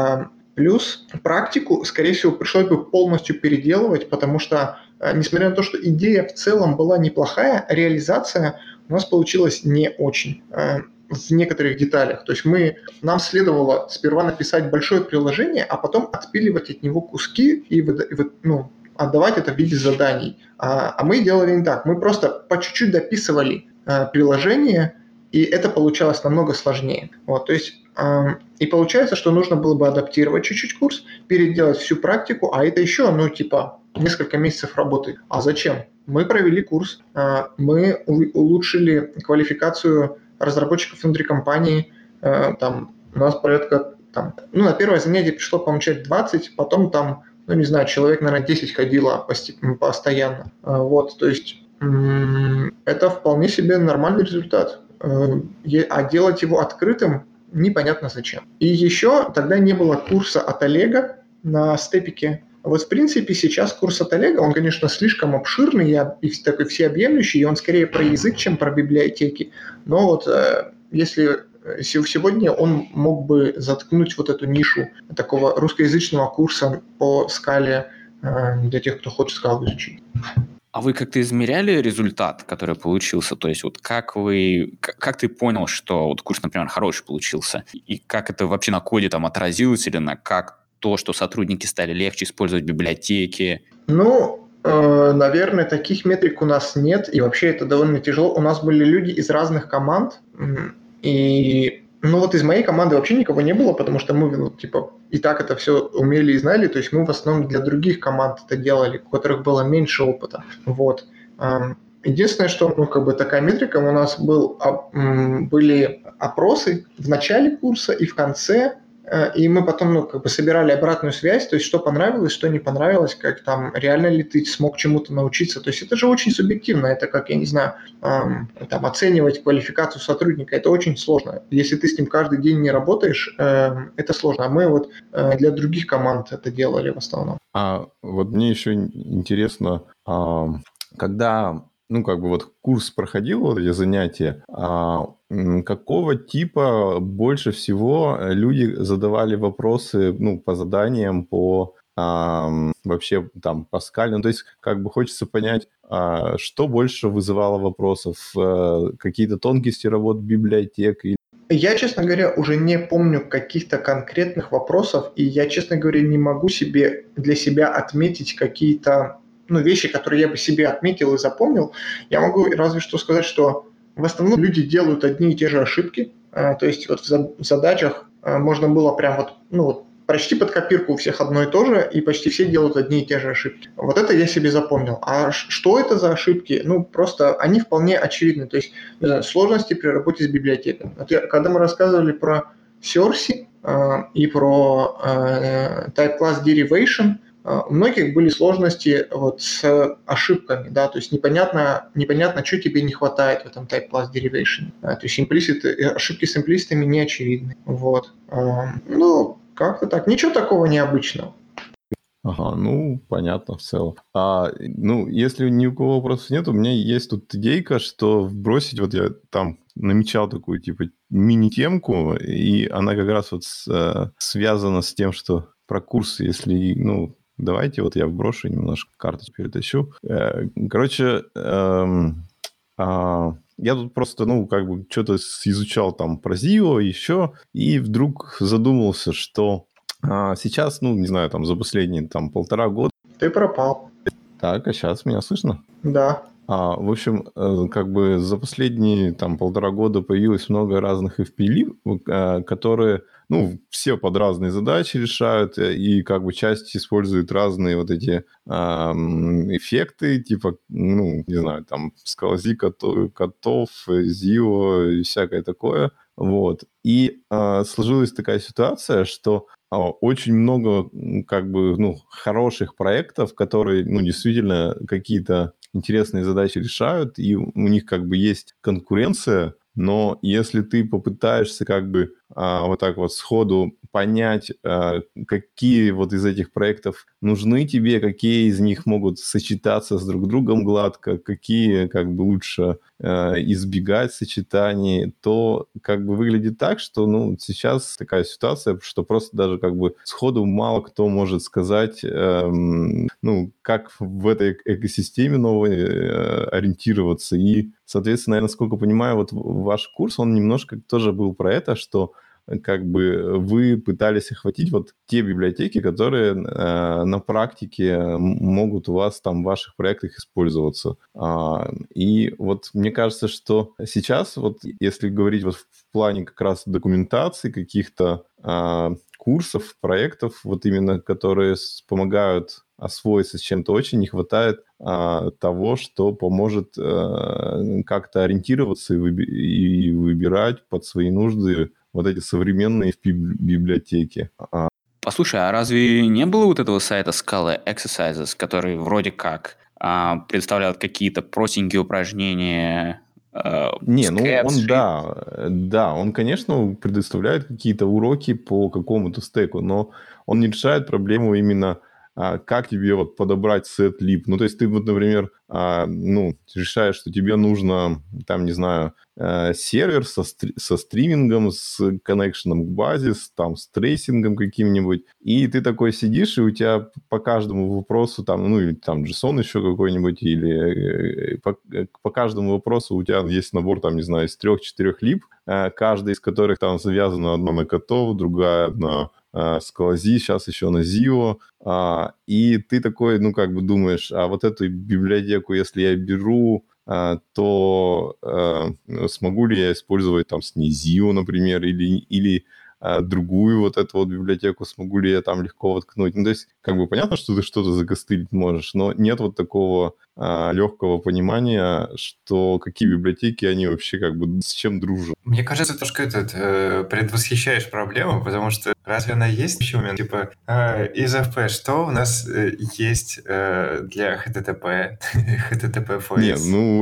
Плюс практику, скорее всего, пришлось бы полностью переделывать, потому что, несмотря на то, что идея в целом была неплохая, реализация у нас получилась не очень в некоторых деталях. То есть мы, нам следовало сперва написать большое приложение, а потом отпиливать от него куски и, ну, отдавать это в виде заданий. А, а мы делали не так. Мы просто по чуть-чуть дописывали а, приложение, и это получалось намного сложнее. Вот, то есть, э, и получается, что нужно было бы адаптировать чуть-чуть курс, переделать всю практику, а это еще, ну, типа, несколько месяцев работы. А зачем? Мы провели курс, э, мы у- улучшили квалификацию разработчиков внутри компании, э, там, у нас порядка, там, ну, на первое занятие пришло, по-моему, человек двадцать, потом там, ну, не знаю, человек, наверное, десять ходило пости- постоянно. Э, вот, то есть, м- это вполне себе нормальный результат. А делать его открытым непонятно зачем. И еще тогда не было курса от Олега на степике. Вот в принципе сейчас курс от Олега, он, конечно, слишком обширный и такой всеобъемлющий, и он скорее про язык, чем про библиотеки. Но вот если сегодня он мог бы заткнуть вот эту нишу такого русскоязычного курса по скале для тех, кто хочет скалу изучить. А вы как-то измеряли результат, который получился? То есть вот как вы, как, как ты понял, что вот курс, например, хороший получился? И как это вообще на коде там отразилось или на как то, что сотрудники стали легче использовать библиотеки? Ну, э, наверное, таких метрик у нас нет, и вообще это довольно тяжело. У нас были люди из разных команд, и ну вот из моей команды вообще никого не было, потому что мы, ну, типа, и так это все умели и знали, то есть мы в основном для других команд это делали, у которых было меньше опыта. Вот. Единственное, что, ну, как бы такая метрика, у нас был, были опросы в начале курса и в конце, и мы потом, ну, как бы собирали обратную связь, то есть что понравилось, что не понравилось, как там, реально ли ты смог чему-то научиться. То есть это же очень субъективно, это как, я не знаю, эм, там, оценивать квалификацию сотрудника, это очень сложно. Если ты с ним каждый день не работаешь, эм, это сложно. А мы вот э, для других команд это делали в основном. А вот мне еще интересно, а, когда... Ну, как бы вот курс проходил, вот эти занятия, а какого типа больше всего люди задавали вопросы, ну, по заданиям, по а, вообще там по скале? Ну, то есть как бы хочется понять, а, что больше вызывало вопросов, а, какие-то тонкости работы библиотек или... Я, честно говоря, уже не помню каких-то конкретных вопросов, и я, честно говоря, не могу себе для себя отметить какие-то ну, вещи, которые я бы себе отметил и запомнил. Я могу разве что сказать, что в основном люди делают одни и те же ошибки. То есть вот в задачах можно было прям вот, ну, вот почти под копирку у всех одно и то же, и почти все делают одни и те же ошибки. Вот это я себе запомнил. А что это за ошибки? Ну, просто они вполне очевидны. То есть, не знаю, сложности при работе с библиотекой. Вот я, когда мы рассказывали про Серси э, и про э, Type Class Derivation, у многих были сложности вот с ошибками, да, то есть непонятно, непонятно, что тебе не хватает в этом Type Class Derivation. То есть implicit, ошибки с имплиситами не очевидны. Вот. Ну, как-то так. Ничего такого необычного. Ага, ну, понятно в целом. А, ну, если ни у кого вопросов нет, у меня есть тут идейка, что вбросить, вот я там намечал такую, типа, мини-темку, и она как раз вот с, связана с тем, что про курсы, если, ну, давайте, вот я вброшу немножко, карточку перетащу. Короче, эм, а, я тут просто, ну, как бы что-то изучал там про Zio еще, и вдруг задумался, что а, сейчас, ну, не знаю, там за последние там полтора года... Ты пропал. Так, а сейчас меня слышно? Да. А, в общем, э, как бы за последние там полтора года появилось много разных эф пи эл, э, которые, ну, все под разные задачи решают, э, и как бы часть используют разные вот эти эм, эффекты, типа, ну, не знаю, там, скалзи котов, котов Zio и всякое такое, вот. И э, сложилась такая ситуация, что а, очень много, м, как бы, ну, хороших проектов, которые, ну, действительно какие-то интересные задачи решают, и у них как бы есть конкуренция, но если ты попытаешься как бы а, вот так вот сходу понять, а, какие вот из этих проектов нужны тебе, какие из них могут сочетаться с друг другом гладко, какие как бы лучше а, избегать сочетаний, то как бы выглядит так, что, ну, сейчас такая ситуация, что просто даже как бы сходу мало кто может сказать, эм, ну, как в этой экосистеме новой э, ориентироваться. И, соответственно, я, насколько понимаю, вот ваш курс, он немножко тоже был про это, что как бы вы пытались охватить вот те библиотеки, которые э, на практике могут у вас там в ваших проектах использоваться. А, и вот мне кажется, что сейчас, вот если говорить вот в плане как раз документации каких-то а, курсов, проектов, вот именно которые помогают освоиться с чем-то, очень не хватает а, того, что поможет а, как-то ориентироваться и, выби- и выбирать под свои нужды вот эти современные эф пи библиотеки. А, Послушай, а разве не было вот этого сайта Scala Exercises, который вроде как а, представляет какие-то простенькие упражнения, а, Не, ну скетч? он, да, э, да, он, конечно, предоставляет какие-то уроки по какому-то стеку, но он не решает проблему именно, а, как тебе вот подобрать сет лип. Ну, то есть ты вот, например, а, ну, решаешь, что тебе нужно, там, не знаю, э, сервер со, стри- со стримингом, с коннекшеном к базе, с, там, с трейсингом каким-нибудь, и ты такой сидишь, и у тебя по каждому вопросу, там, ну, или там JSON еще какой-нибудь, или э, по, э, по каждому вопросу у тебя есть набор, там, не знаю, из трех-четырех лип, э, каждый из которых там завязана одна на котов, другая на э, скалази, сейчас еще на Zio, а, и ты такой, ну, как бы думаешь, а вот эту библиотеку, если я беру, а, то а, смогу ли я использовать там с Zio, например, или, или а, другую вот эту вот библиотеку, смогу ли я там легко воткнуть. Ну, то есть, как бы понятно, что ты что-то закостылить можешь, но нет вот такого а, легкого понимания, что какие библиотеки, они вообще как бы с чем дружат. Мне кажется, ты немножко этот, э, предвосхищаешь проблему, потому что разве она есть вообще момент? Типа, э, из эф пи, что у нас э, есть э, для эйч ти ти пи, эйч ти ти пи эф Не, эс? ну...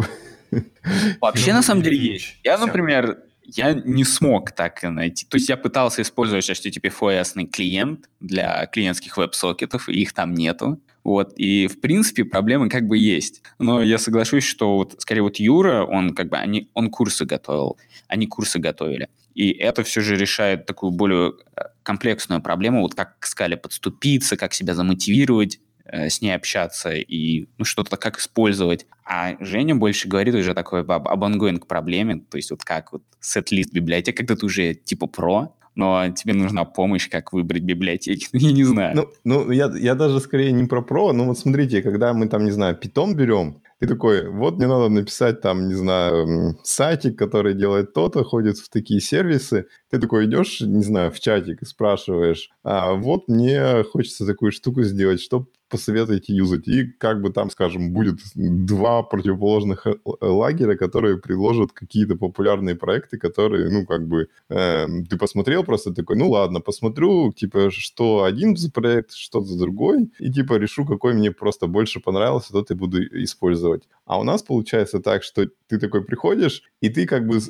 Вообще, Ну, на самом деле, есть. есть. Я, Всё. например, я не смог так найти. То есть я пытался использовать эйч ти ти пи эф эс-ный клиент для клиентских веб-сокетов, и их там нету. Вот, и, в принципе, проблемы как бы есть. Но я соглашусь, что вот, скорее, вот Юра, он как бы, они, он курсы готовил, они курсы готовили. И это все же решает такую более э, комплексную проблему, вот как к скале подступиться, как себя замотивировать, э, с ней общаться и ну, что-то как использовать. А Женя больше говорит уже такое об, об ongoing проблеме, то есть вот как вот сет-лист библиотек, когда ты уже типа про, но тебе нужна помощь, как выбрать библиотеки. Я не знаю. Ну, ну я, я даже скорее не про про, ну вот смотрите, когда мы там, не знаю, Python берем, ты такой, вот мне надо написать там, не знаю, сайтик, который делает то-то, ходит в такие сервисы. Ты такой идешь, не знаю, в чатик и спрашиваешь, а вот мне хочется такую штуку сделать, что посоветуете юзать. И как бы там, скажем, будет два противоположных лагеря, которые предложат какие-то популярные проекты, которые, ну, как бы, э, ты посмотрел просто такой, ну, ладно, посмотрю, типа, что один за проект, что за другой, и, типа, решу, какой мне просто больше понравился, тот и буду использовать. А у нас получается так, что ты такой приходишь, и ты, как бы,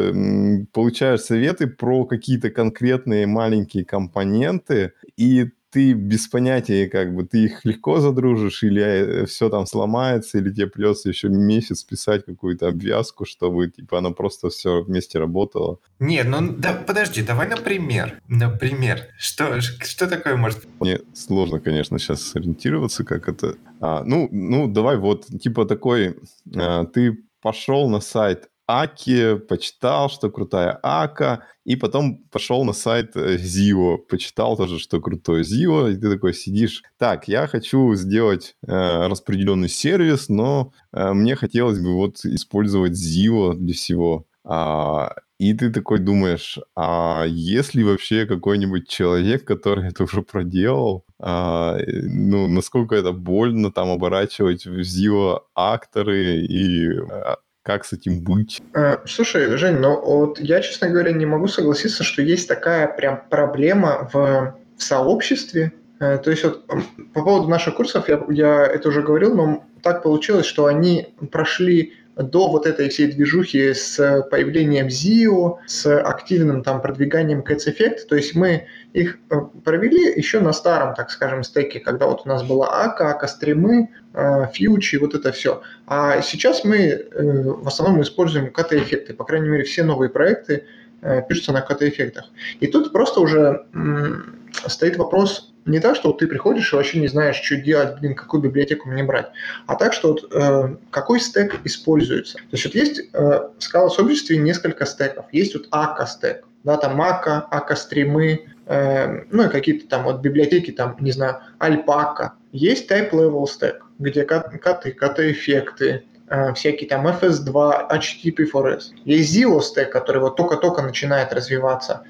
э, получаешь советы про какие-то конкретные маленькие компоненты, и ты без понятия, как бы, ты их легко задружишь, или все там сломается, или тебе придется еще месяц писать какую-то обвязку, чтобы, типа, оно просто все вместе работало. Не, ну да, подожди, давай например. Например, что, что такое может... Мне сложно, конечно, сейчас сориентироваться, как это... А, ну, ну, давай вот, типа такой, а, ты пошел на сайт Аки, почитал, что крутая Ака, и потом пошел на сайт Zio, почитал тоже, что крутое Zio, и ты такой сидишь, так, я хочу сделать э, распределенный сервис, но э, мне хотелось бы вот использовать Zio для всего. А, и ты такой думаешь, а есть ли вообще какой-нибудь человек, который это уже проделал? А, ну, насколько это больно там оборачивать в Zio акторы и а, как с этим быть? Слушай, Жень, ну вот я, честно говоря, не могу согласиться, что есть такая прям проблема в, в сообществе. То есть вот по поводу наших курсов, я, я это уже говорил, но так получилось, что они прошли до вот этой всей движухи с появлением Zio, с активным там продвиганием Cats Effect. То есть мы их провели еще на старом, так скажем, стеке, когда вот у нас была Ака, Ака-стримы, Фьючи, вот это все. А сейчас мы в основном используем ката-эффекты. По крайней мере, все новые проекты пишутся на ката-эффектах. И тут просто уже стоит вопрос не так, что вот ты приходишь и вообще не знаешь, что делать, блин, какую библиотеку мне брать, а так, что вот, э, какой стек используется. То есть вот есть э, в Scala-сообществе несколько стеков. Есть вот Ака-стек, да, там Ака, Ака-стримы, э, ну и какие-то там вот библиотеки, там, не знаю, Альпака. Есть Type-level стек, где каты, ката-эффекты, всякие там эф эс два, эйч ти ти пи фор эс. Есть Zio стек, который вот только-только начинает развиваться.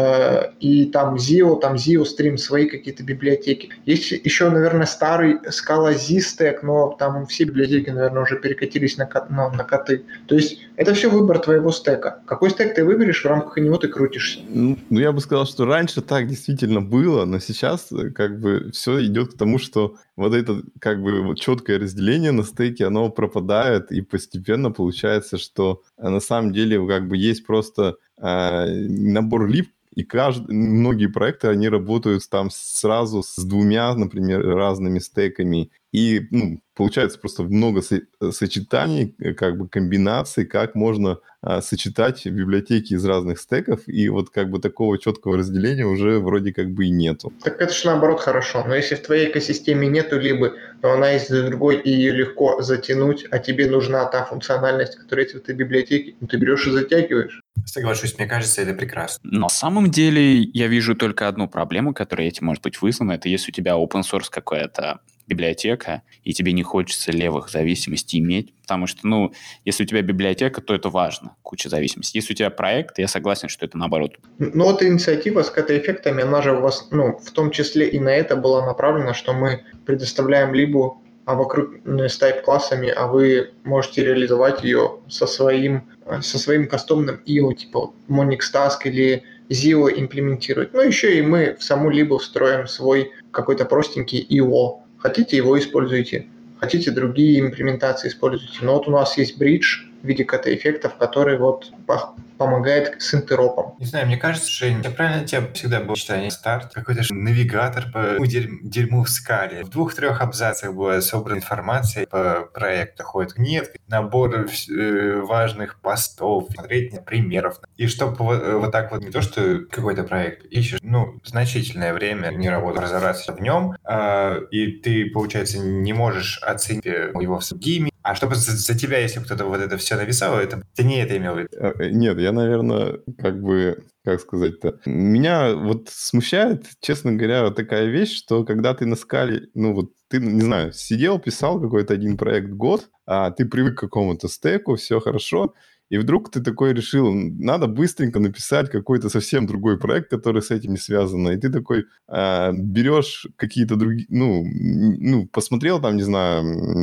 И там Zio, там Zio Stream, свои какие-то библиотеки. Есть еще, наверное, старый Scala Z стек, но там все библиотеки, наверное, уже перекатились на, ну, на коты. То есть это все выбор твоего стека. Какой стек ты выберешь, в рамках него ты крутишься. Ну, ну, я бы сказал, что раньше так действительно было, но сейчас как бы все идет к тому, что вот это как бы вот четкое разделение на стеке, оно пропадает, и постепенно получается, что на самом деле как бы есть просто э, набор лип, и каждый, многие проекты, они работают там сразу с двумя, например, разными стеками. И ну, получается просто много со- сочетаний, как бы комбинаций, как можно а, сочетать библиотеки из разных стеков. И вот как бы такого четкого разделения уже вроде как бы и нету. Так это же наоборот хорошо. Но если в твоей экосистеме нету либо, то она есть за другой, и ее легко затянуть, а тебе нужна та функциональность, которая есть в этой библиотеке, ну, ты берешь и затягиваешь. Соглашусь, мне кажется, это прекрасно. Но на самом деле я вижу только одну проблему, которая этим может быть вызвана. Это если у тебя open source какая-то библиотека, и тебе не хочется левых зависимостей иметь, потому что, ну, если у тебя библиотека, то это важно, куча зависимостей. Если у тебя проект, я согласен, что это наоборот. Но вот инициатива с ката-эффектами, она же у вас, ну, в том числе и на это была направлена, что мы предоставляем либо а вокруг с type-классами, а вы можете реализовать ее со своим, со своим кастомным ай о, типа Monix Task или Zio имплементировать. Ну, еще и мы в саму либо встроим свой какой-то простенький ай о. Хотите, его используйте. Хотите, другие имплементации используйте. Но вот у нас есть бридж в виде ката-эффектов, который вот помогает с интеропом. Не знаю, мне кажется, Жень, я правильно тебя всегда был читание старт, какой-то навигатор по дерьму в скале. В двух-трех абзацах была собрана информация по проекту. Ходит нет, набор э, важных постов, смотреть примеров. И чтобы вот, вот так вот не то, что какой-то проект ищешь, ну, значительное время не работать, разобраться в нем, э, и ты, получается, не можешь оценить его в гейме. А чтобы за, за тебя, если кто-то вот это все написал, это ты не это имел в виду? Нет, я, наверное, как бы, как сказать-то, меня вот смущает, честно говоря, вот такая вещь, что когда ты на скале, ну вот ты, не знаю, сидел, писал какой-то один проект год, а ты привык к какому-то стеку, все хорошо, и вдруг ты такой решил, надо быстренько написать какой-то совсем другой проект, который с этим не связан. И ты такой э, берешь какие-то другие... Ну, ну, посмотрел там, не знаю,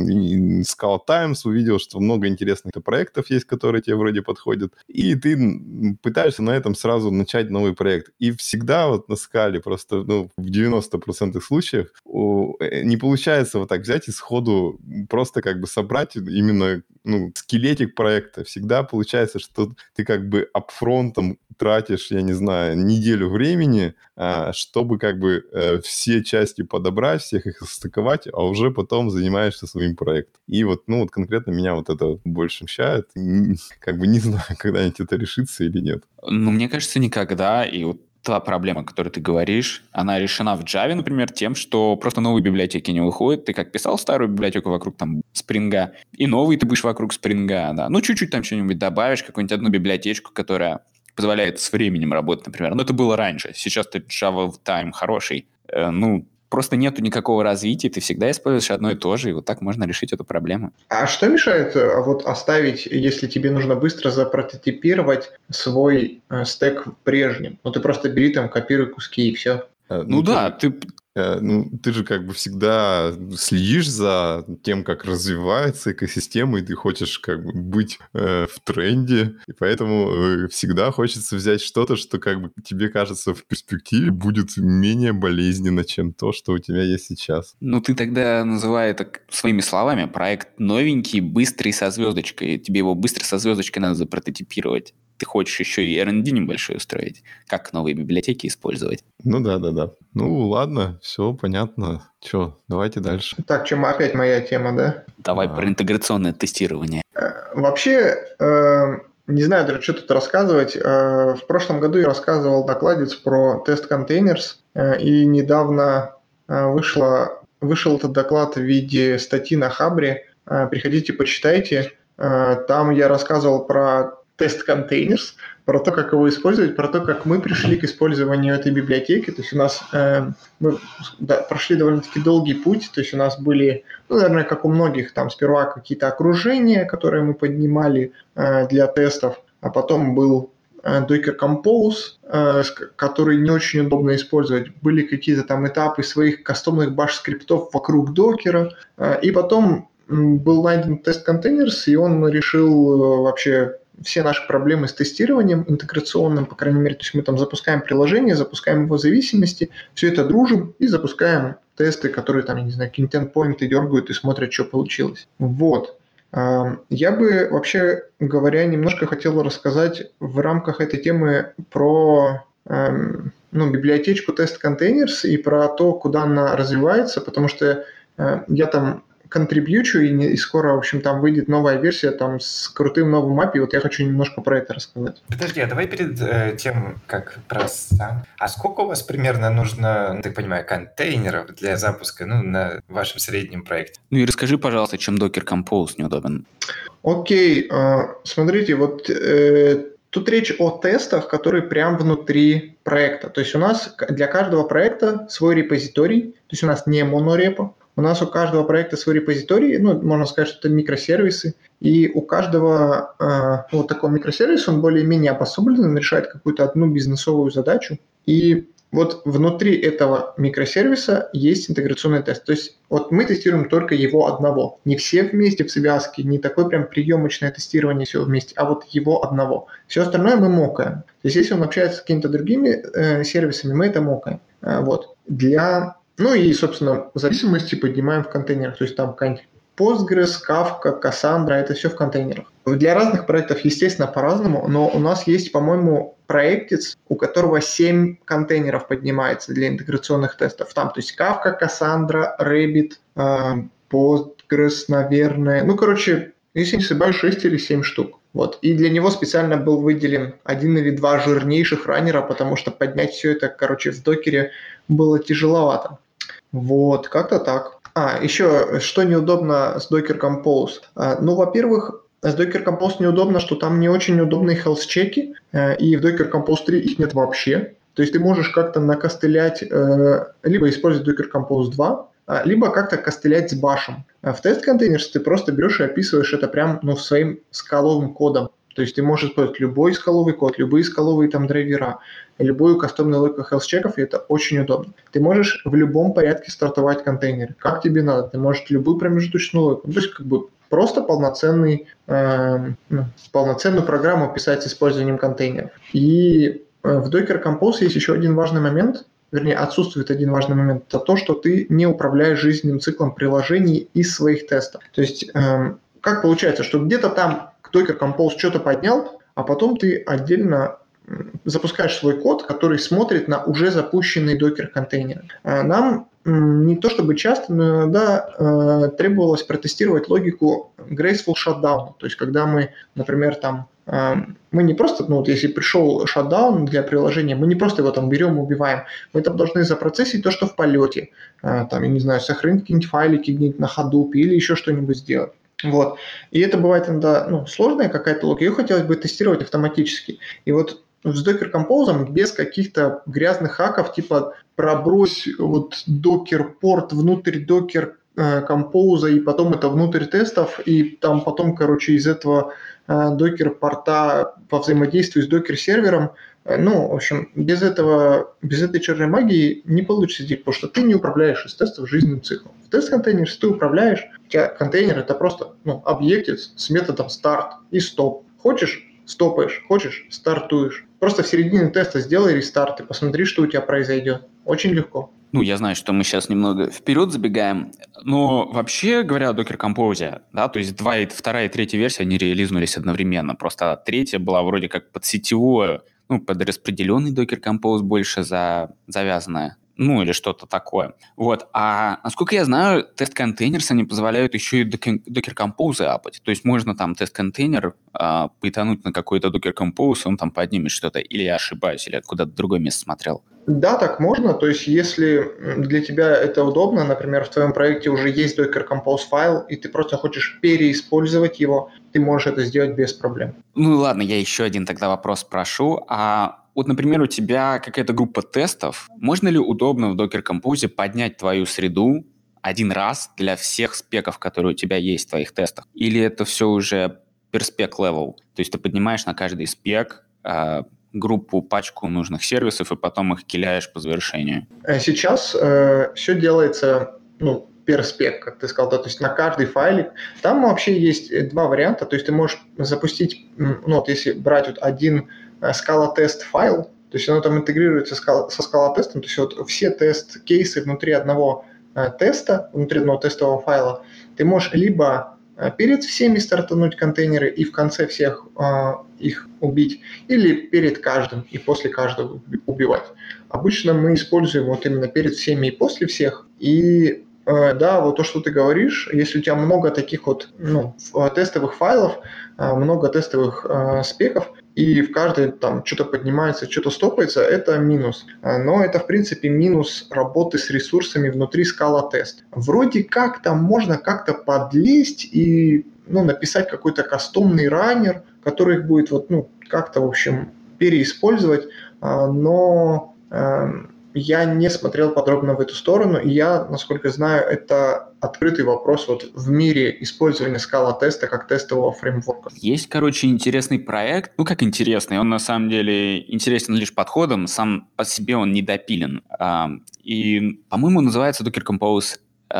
Scala Times, увидел, что много интересных проектов есть, которые тебе вроде подходят. И ты пытаешься на этом сразу начать новый проект. И всегда вот на скале просто ну, в девяносто процентов случаев не получается вот так взять и сходу просто как бы собрать именно ну, скелетик проекта. Всегда получается, что ты как бы апфронтом тратишь, я не знаю, неделю времени, чтобы как бы все части подобрать, всех их состыковать, а уже потом занимаешься своим проектом. И вот, ну, вот конкретно меня вот это больше смущает. Как бы не знаю, когда-нибудь это решится или нет. Ну, мне кажется, никогда. И вот та проблема, о которой ты говоришь, она решена в Java, например, тем, что просто новые библиотеки не выходят. Ты как писал старую библиотеку вокруг там Spring, и новый ты будешь вокруг Spring, да. Ну, чуть-чуть там что-нибудь добавишь, какую-нибудь одну библиотечку, которая позволяет с временем работать, например. Но это было раньше. Сейчас-то Java Time хороший. Э, ну, просто нету никакого развития, ты всегда используешь одно и то же, и вот так можно решить эту проблему. А что мешает э, вот оставить, если тебе нужно быстро запрототипировать свой э, стек прежним? Ну, ты просто бери там, копируй куски и все. Э, Ну, Ну, ты да, же, ты... э, ну, ты же как бы всегда следишь за тем, как развивается экосистема, и ты хочешь как бы быть э, в тренде, и поэтому э, всегда хочется взять что-то, что как бы тебе кажется в перспективе будет менее болезненно, чем то, что у тебя есть сейчас. Ну, ты тогда называй это к- своими словами. Проект новенький, быстрый, со звездочкой. Тебе его быстро со звездочкой надо запрототипировать. Ты хочешь еще и эр энд ди небольшой устроить. Как новые библиотеки использовать. Ну да, да, да. Ну ладно, все понятно. Че, давайте дальше. Так, чем опять моя тема, да? Давай А. про интеграционное тестирование. Вообще, э, не знаю даже, что тут рассказывать. Э, в прошлом году я рассказывал докладец про тест containers, э, и недавно э, вышло, вышел этот доклад в виде статьи на Хабре. Э, приходите, почитайте. Э, там я рассказывал про тест containers, про то, как его использовать, про то, как мы пришли к использованию этой библиотеки. То есть у нас э, мы да, прошли довольно-таки долгий путь. То есть у нас были, ну, наверное, как у многих, там сперва какие-то окружения, которые мы поднимали э, для тестов, а потом был э, Docker Compose, э, который не очень удобно использовать. Были какие-то там этапы своих кастомных баш-скриптов вокруг докера, э, и потом м, был найден тест containers, и он решил э, вообще все наши проблемы с тестированием интеграционным, по крайней мере, то есть мы там запускаем приложение, запускаем его зависимости, все это дружим и запускаем тесты, которые там, я не знаю, какие-нибудь endpoinты дергают и смотрят, что получилось. Вот. Я бы, вообще говоря, немножко хотел рассказать в рамках этой темы про ну, библиотечку Test Containers и про то, куда она развивается, потому что я там контрибьючу, и, не, и скоро, в общем, там выйдет новая версия там с крутым новым эй пи ай, вот я хочу немножко про это рассказать. Подожди, а давай перед э, тем, как про сам... А сколько у вас примерно нужно, так понимаю, контейнеров для запуска, ну, на вашем среднем проекте? Ну и расскажи, пожалуйста, чем Docker Compose неудобен. Окей, э, смотрите, вот э, тут речь о тестах, которые прямо внутри проекта. То есть у нас для каждого проекта свой репозиторий, то есть у нас не монорепо, у нас у каждого проекта свой репозиторий, ну, можно сказать, что это микросервисы, и у каждого э, вот такого микросервиса он более-менее обособлен, он решает какую-то одну бизнесовую задачу, и вот внутри этого микросервиса есть интеграционный тест. То есть вот мы тестируем только его одного. Не все вместе в связке, не такое прям приемочное тестирование всего вместе, а вот его одного. Все остальное мы мокаем. То есть если он общается с какими-то другими э, сервисами, мы это мокаем. Э, вот. Для... Ну и, собственно, зависимости поднимаем в контейнерах. То есть там какая-нибудь Postgres, Kafka, Cassandra, это все в контейнерах. Для разных проектов, естественно, по-разному, но у нас есть, по-моему, проектец, у которого семь контейнеров поднимается для интеграционных тестов. Там, то есть Kafka, Cassandra, Rabbit, Postgres, наверное. Ну, короче, если не ошибаюсь, шесть или семь штук. Вот. И для него специально был выделен один или два жирнейших раннера, потому что поднять все это, короче, в докере было тяжеловато. Вот, как-то так. А, еще, что неудобно с Docker Compose? А, ну, во-первых, с Docker Compose неудобно, что там не очень удобные health-чеки, э, и в Docker Compose три их нет вообще. То есть ты можешь как-то накостылять, э, либо использовать Docker Compose два, э, либо как-то костылять с башем. А в Test Containers ты просто берешь и описываешь это прям, ну, своим скаловым кодом. То есть ты можешь использовать любой скаловый код, любые скаловые там драйвера, любую кастомную логику health-чеков, и это очень удобно. Ты можешь в любом порядке стартовать контейнеры, как тебе надо. Ты можешь любую промежуточную логику. То есть как бы просто полноценный, э, ну, полноценную программу писать с использованием контейнеров. И э, в Docker Compose есть еще один важный момент, вернее, отсутствует один важный момент, это то, что ты не управляешь жизненным циклом приложений из своих тестов. То есть э, как получается, что где-то там Docker Compose что-то поднял, а потом ты отдельно запускаешь свой код, который смотрит на уже запущенный Docker контейнер. Нам не то чтобы часто, но иногда э, требовалось протестировать логику graceful shutdown. То есть когда мы, например, там мы не просто, ну вот если пришел шатдаун для приложения, мы не просто его там берем и убиваем, мы там должны запроцессить то, что в полете, там, я не знаю, сохранить какие-нибудь файлики где-нибудь на Hadoop или еще что-нибудь сделать. Вот. И это бывает иногда ну, сложная какая-то логика, ее хотелось бы тестировать автоматически. И вот с Docker Compose без каких-то грязных хаков, типа пробрось вот Docker порт внутрь Docker Compose, и потом это внутрь тестов, и там потом, короче, из этого Docker порта по взаимодействию с Docker сервером. Ну, в общем, без этого, без этой черной магии не получится сделать, потому что ты не управляешь из тестов жизненным циклом. В тест-контейнере ты управляешь, у тебя контейнер это просто ну, объектец с методом старт и стоп. Хочешь – стопаешь, хочешь – стартуешь. Просто в середине теста сделай рестарт и посмотри, что у тебя произойдет. Очень легко. Ну, я знаю, что мы сейчас немного вперед забегаем, но вообще говоря о Docker Compose, да, то есть два, вторая и третья версия, они релизнулись одновременно, просто третья была вроде как под сетевое, ну, под распределенный Docker Compose больше за, завязанная, ну, или что-то такое. Вот, а насколько я знаю, тест-контейнерс, они позволяют еще и Docker Compose апать, то есть можно там тест-контейнер а, поитануть на какой-то Docker Compose, он там поднимет что-то, или я ошибаюсь, или я куда-то в другое место смотрел. Да, так можно. То есть, если для тебя это удобно, например, в твоем проекте уже есть Docker Compose файл, и ты просто хочешь переиспользовать его, ты можешь это сделать без проблем. Ну ладно, я еще один тогда вопрос спрошу. А вот, например, у тебя какая-то группа тестов. Можно ли удобно в Docker Compose поднять твою среду один раз для всех спеков, которые у тебя есть в твоих тестах? Или это все уже per spec level? То есть ты поднимаешь на каждый спек группу, пачку нужных сервисов, и потом их киляешь по завершению? Сейчас э, все делается, ну, per spec, как ты сказал, да, то есть на каждый файлик. Там вообще есть два варианта, то есть ты можешь запустить, ну, вот если брать вот один Scala-тест файл, то есть оно там интегрируется со Scala-тестом, то есть вот все тест-кейсы внутри одного э, теста, внутри одного тестового файла, ты можешь либо перед всеми стартануть контейнеры и в конце всех э, их убить, или перед каждым и после каждого убивать. Обычно мы используем вот именно перед всеми и после всех. И э, да, вот то, что ты говоришь, если у тебя много таких вот ну, тестовых файлов, э, много тестовых э, спеков, и в каждой там что-то поднимается, что-то стопается, это минус. Но это, в принципе, минус работы с ресурсами внутри Scala-тест. Вроде как там можно как-то подлезть и ну, написать какой-то кастомный раннер, который их будет вот, ну, как-то, в общем, переиспользовать, но я не смотрел подробно в эту сторону, и я, насколько знаю, это открытый вопрос вот в мире использования Scala-теста как тестового фреймворка. Есть, короче, интересный проект. Ну, как интересный? Он, на самом деле, интересен лишь подходом. Сам по себе он недопилен. И, по-моему, называется Docker Compose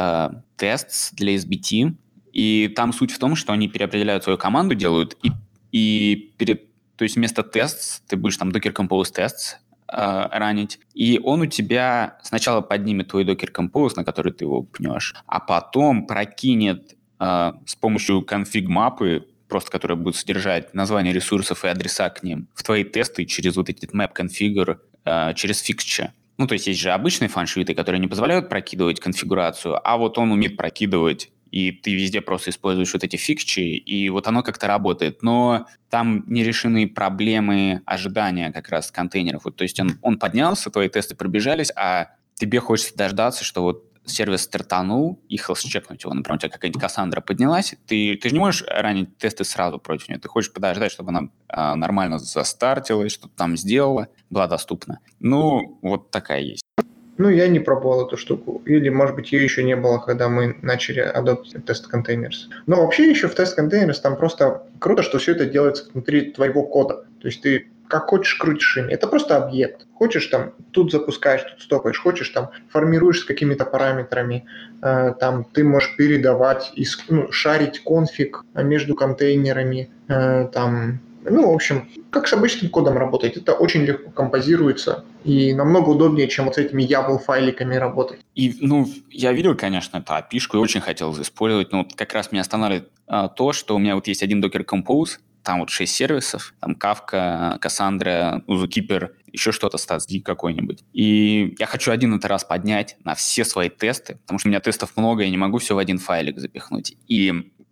Tests для эс би ти. И там суть в том, что они переопределяют свою команду, делают, и, и перед, то есть вместо tests ты будешь там Docker Compose Tests ранить, и он у тебя сначала поднимет твой Docker Compose, на который ты его пнешь, а потом прокинет э, с помощью конфиг-мапы, просто которая будет содержать название ресурсов и адреса к ним, в твои тесты через вот этот map configure, э, через fixture. Ну, то есть есть же обычные фаншиты, которые не позволяют прокидывать конфигурацию, а вот он умеет прокидывать, и ты везде просто используешь вот эти фикчи, и вот оно как-то работает. Но там не решены проблемы ожидания как раз контейнеров. Вот, то есть он, он поднялся, твои тесты пробежались, а тебе хочется дождаться, что вот сервис стартанул, и хелс-чекнуть его. Например, у тебя какая-нибудь Кассандра поднялась, ты, ты же не можешь ранить тесты сразу против нее. Ты хочешь подождать, чтобы она а, нормально застартилась, что-то там сделала, была доступна. Ну, вот такая есть. Ну, я не пробовал эту штуку. Или, может быть, ее еще не было, когда мы начали адоптить Test Containers. Но вообще еще в Test Containers там просто круто, что все это делается внутри твоего кода. То есть ты как хочешь крутишь ими. Это просто объект. Хочешь там, тут запускаешь, тут стопаешь. Хочешь там, формируешь с какими-то параметрами. Э, там ты можешь передавать, ну, шарить конфиг между контейнерами. Э, там... Ну, в общем, как с обычным кодом работать. Это очень легко композируется и намного удобнее, чем вот с этими YAML-файликами работать. И, ну, я видел, конечно, эту эй пи ай-шку и очень хотел использовать, но вот как раз меня останавливает а, то, что у меня вот есть один Docker Compose, там вот шесть сервисов, там Kafka, Cassandra, Zookeeper, еще что-то, StatsD какой-нибудь. И я хочу один этот раз поднять на все свои тесты, потому что у меня тестов много, я не могу все в один файлик запихнуть. И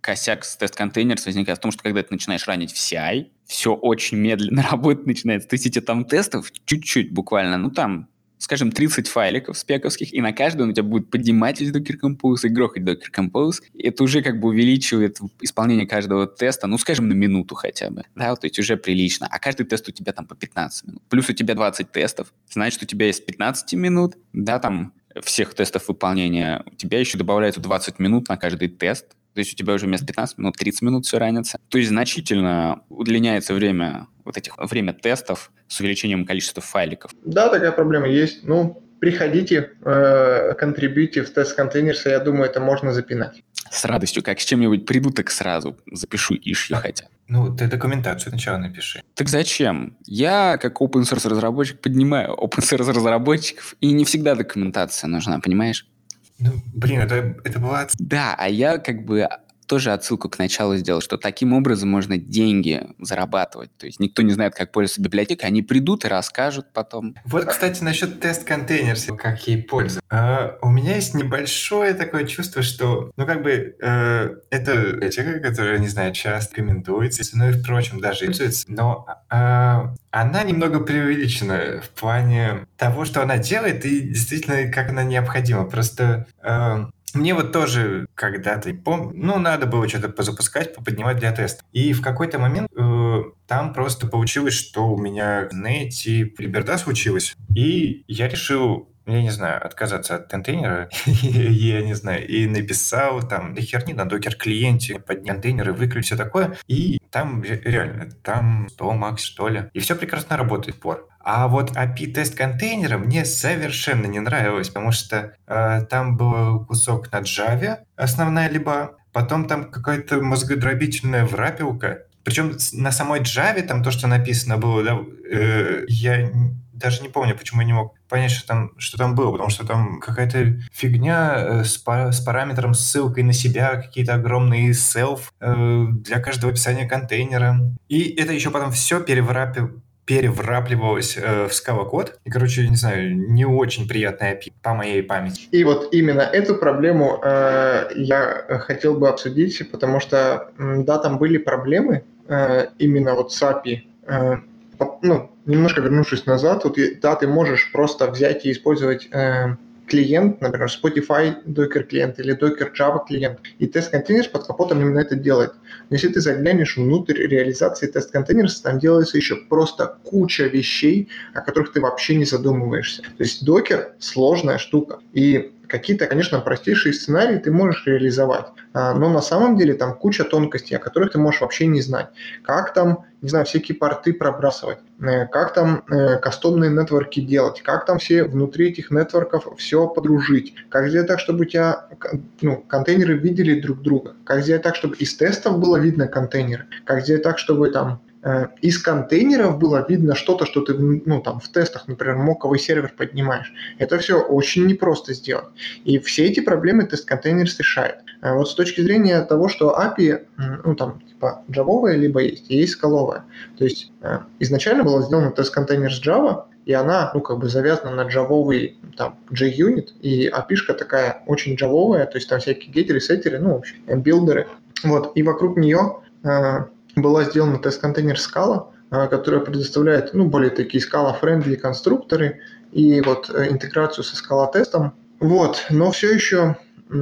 косяк с тест-контейнером возникает в том, что когда ты начинаешь ранить в си ай, все очень медленно работать начинается. То есть эти там тестов чуть-чуть буквально, ну там, скажем, тридцать файликов спековских, и на каждом у тебя будет поднимать весь Docker Compose и грохать Docker Compose. И это уже как бы увеличивает исполнение каждого теста, ну, скажем, на минуту хотя бы. Да, то есть уже прилично. А каждый тест у тебя там по пятнадцать минут. Плюс у тебя двадцать тестов. Значит, у тебя есть пятнадцать минут, да, там всех тестов выполнения. У тебя еще добавляется двадцать минут на каждый тест. То есть у тебя уже вместо пятнадцати минут тридцать минут все ранится. То есть значительно удлиняется время вот этих время тестов с увеличением количества файликов. Да, такая проблема есть. Ну, приходите, э, контрибьюйте в тест-контейнер, я думаю, это можно запинать. С радостью. Как с чем-нибудь приду, так сразу запишу issue хотя. Ну, ты документацию сначала напиши. Так зачем? Я, как open-source разработчик, поднимаю open-source разработчиков, и не всегда документация нужна, понимаешь? Ну, блин, это, это бывает... Да, а я как бы тоже отсылку к началу сделал, что таким образом можно деньги зарабатывать. То есть никто не знает, как пользоваться библиотекой, они придут и расскажут потом. Вот, кстати, насчет тест-контейнера, как ей пользоваться. А, у меня есть небольшое такое чувство, что, ну, как бы, э, это библиотека, которая, не знаю, часто комментуется, ну и, впрочем, даже пользуется, но э, она немного преувеличена в плане того, что она делает, и действительно, как она необходима. Просто... Э, Мне вот тоже когда-то, помню, ну, надо было что-то позапускать, поподнимать для теста. И в какой-то момент э, там просто получилось, что у меня в нете приберда случилась. И я решил, я не знаю, отказаться от контейнера, я не знаю, и написал там, да херни на докер-клиенте, поднять контейнеры, выключить все такое. И там реально, там сто макс, что ли. И все прекрасно работает пор. А вот эй пи ай-тест контейнера мне совершенно не нравилось, потому что э, там был кусок на Java, основная либо, потом там какая-то мозгодробительная врапилка. Причем на самой Java там то, что написано было, да, э, я даже не помню, почему я не мог понять, что там, что там было, потому что там какая-то фигня э, с, пар- с параметром, с ссылкой на себя, какие-то огромные self э, для каждого описания контейнера. И это еще потом все переврапило, переврапливалось э, в Scala-код. И, короче, не знаю, не очень приятная эй пи ай по моей памяти. И вот именно эту проблему э, я хотел бы обсудить, потому что, да, там были проблемы э, именно вот с эй пи ай. Э, ну, немножко вернувшись назад, вот, да, ты можешь просто взять и использовать э, клиент, например, Spotify Docker клиент или Docker Java клиент, и тест-контейнер под капотом именно это делает. Но если ты заглянешь внутрь реализации тест-контейнера, там делается еще просто куча вещей, о которых ты вообще не задумываешься. То есть Docker сложная штука, и какие-то, конечно, простейшие сценарии ты можешь реализовать, но на самом деле там куча тонкостей, о которых ты можешь вообще не знать. Как там, не знаю, всякие порты пробрасывать, как там кастомные нетворки делать, как там все внутри этих нетворков все подружить, как сделать так, чтобы у тебя, ну, контейнеры видели друг друга, как сделать так, чтобы из тестов было видно контейнеры, как сделать так, чтобы там из контейнеров было видно что-то, что ты, ну, там, в тестах, например, моковый сервер поднимаешь. Это все очень непросто сделать. И все эти проблемы тест-контейнер решает. Вот с точки зрения того, что эй пи ай, ну, там, типа, джавовая либо есть, и есть скаловая. То есть изначально было сделано тест-контейнер с Java, и она, ну, как бы завязана на джавовый, там, JUnit, и эй пи ай-шка такая очень джавовая, то есть там всякие гетеры, сеттеры, ну, в общем, билдеры. Вот, и вокруг нее была сделана тест-контейнер Scala, которая предоставляет, ну, более такие Scala-friendly конструкторы и вот интеграцию со Scala-тестом. Вот, но все еще,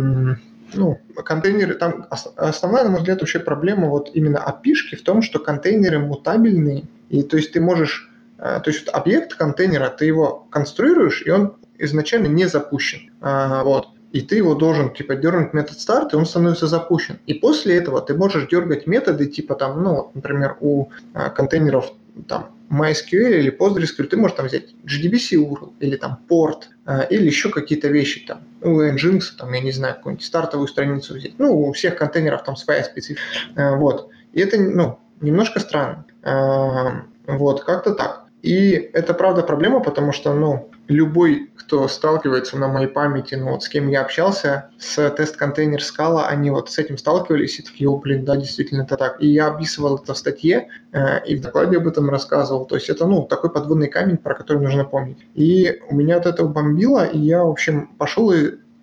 ну, контейнеры, там основная, на мой взгляд, вообще проблема вот именно эй пи ай-шки в том, что контейнеры мутабельные, и то есть ты можешь, то есть объект контейнера, ты его конструируешь, и он изначально не запущен. Вот. И ты его должен, типа, дернуть метод старт, и он становится запущен. И после этого ты можешь дергать методы, типа, там, ну, например, у а, контейнеров, там, MySQL или PostgreSQL, ты можешь там взять джи ди би си ю ар эл или там порт, а, или еще какие-то вещи, там, у Nginx, там, я не знаю, какую-нибудь стартовую страницу взять. Ну, у всех контейнеров там своя специфика. А, вот. И это, ну, немножко странно. А, вот, как-то так. И это, правда, проблема, потому что, ну, любой, кто сталкивается на моей памяти, ну, вот с кем я общался, с тест-контейнер Scala, они вот с этим сталкивались, и такие, о, блин, да, действительно это так. И я описывал это в статье, э, и в докладе об этом рассказывал. То есть это, ну, такой подводный камень, про который нужно помнить. И у меня от этого бомбило, и я, в общем, пошел и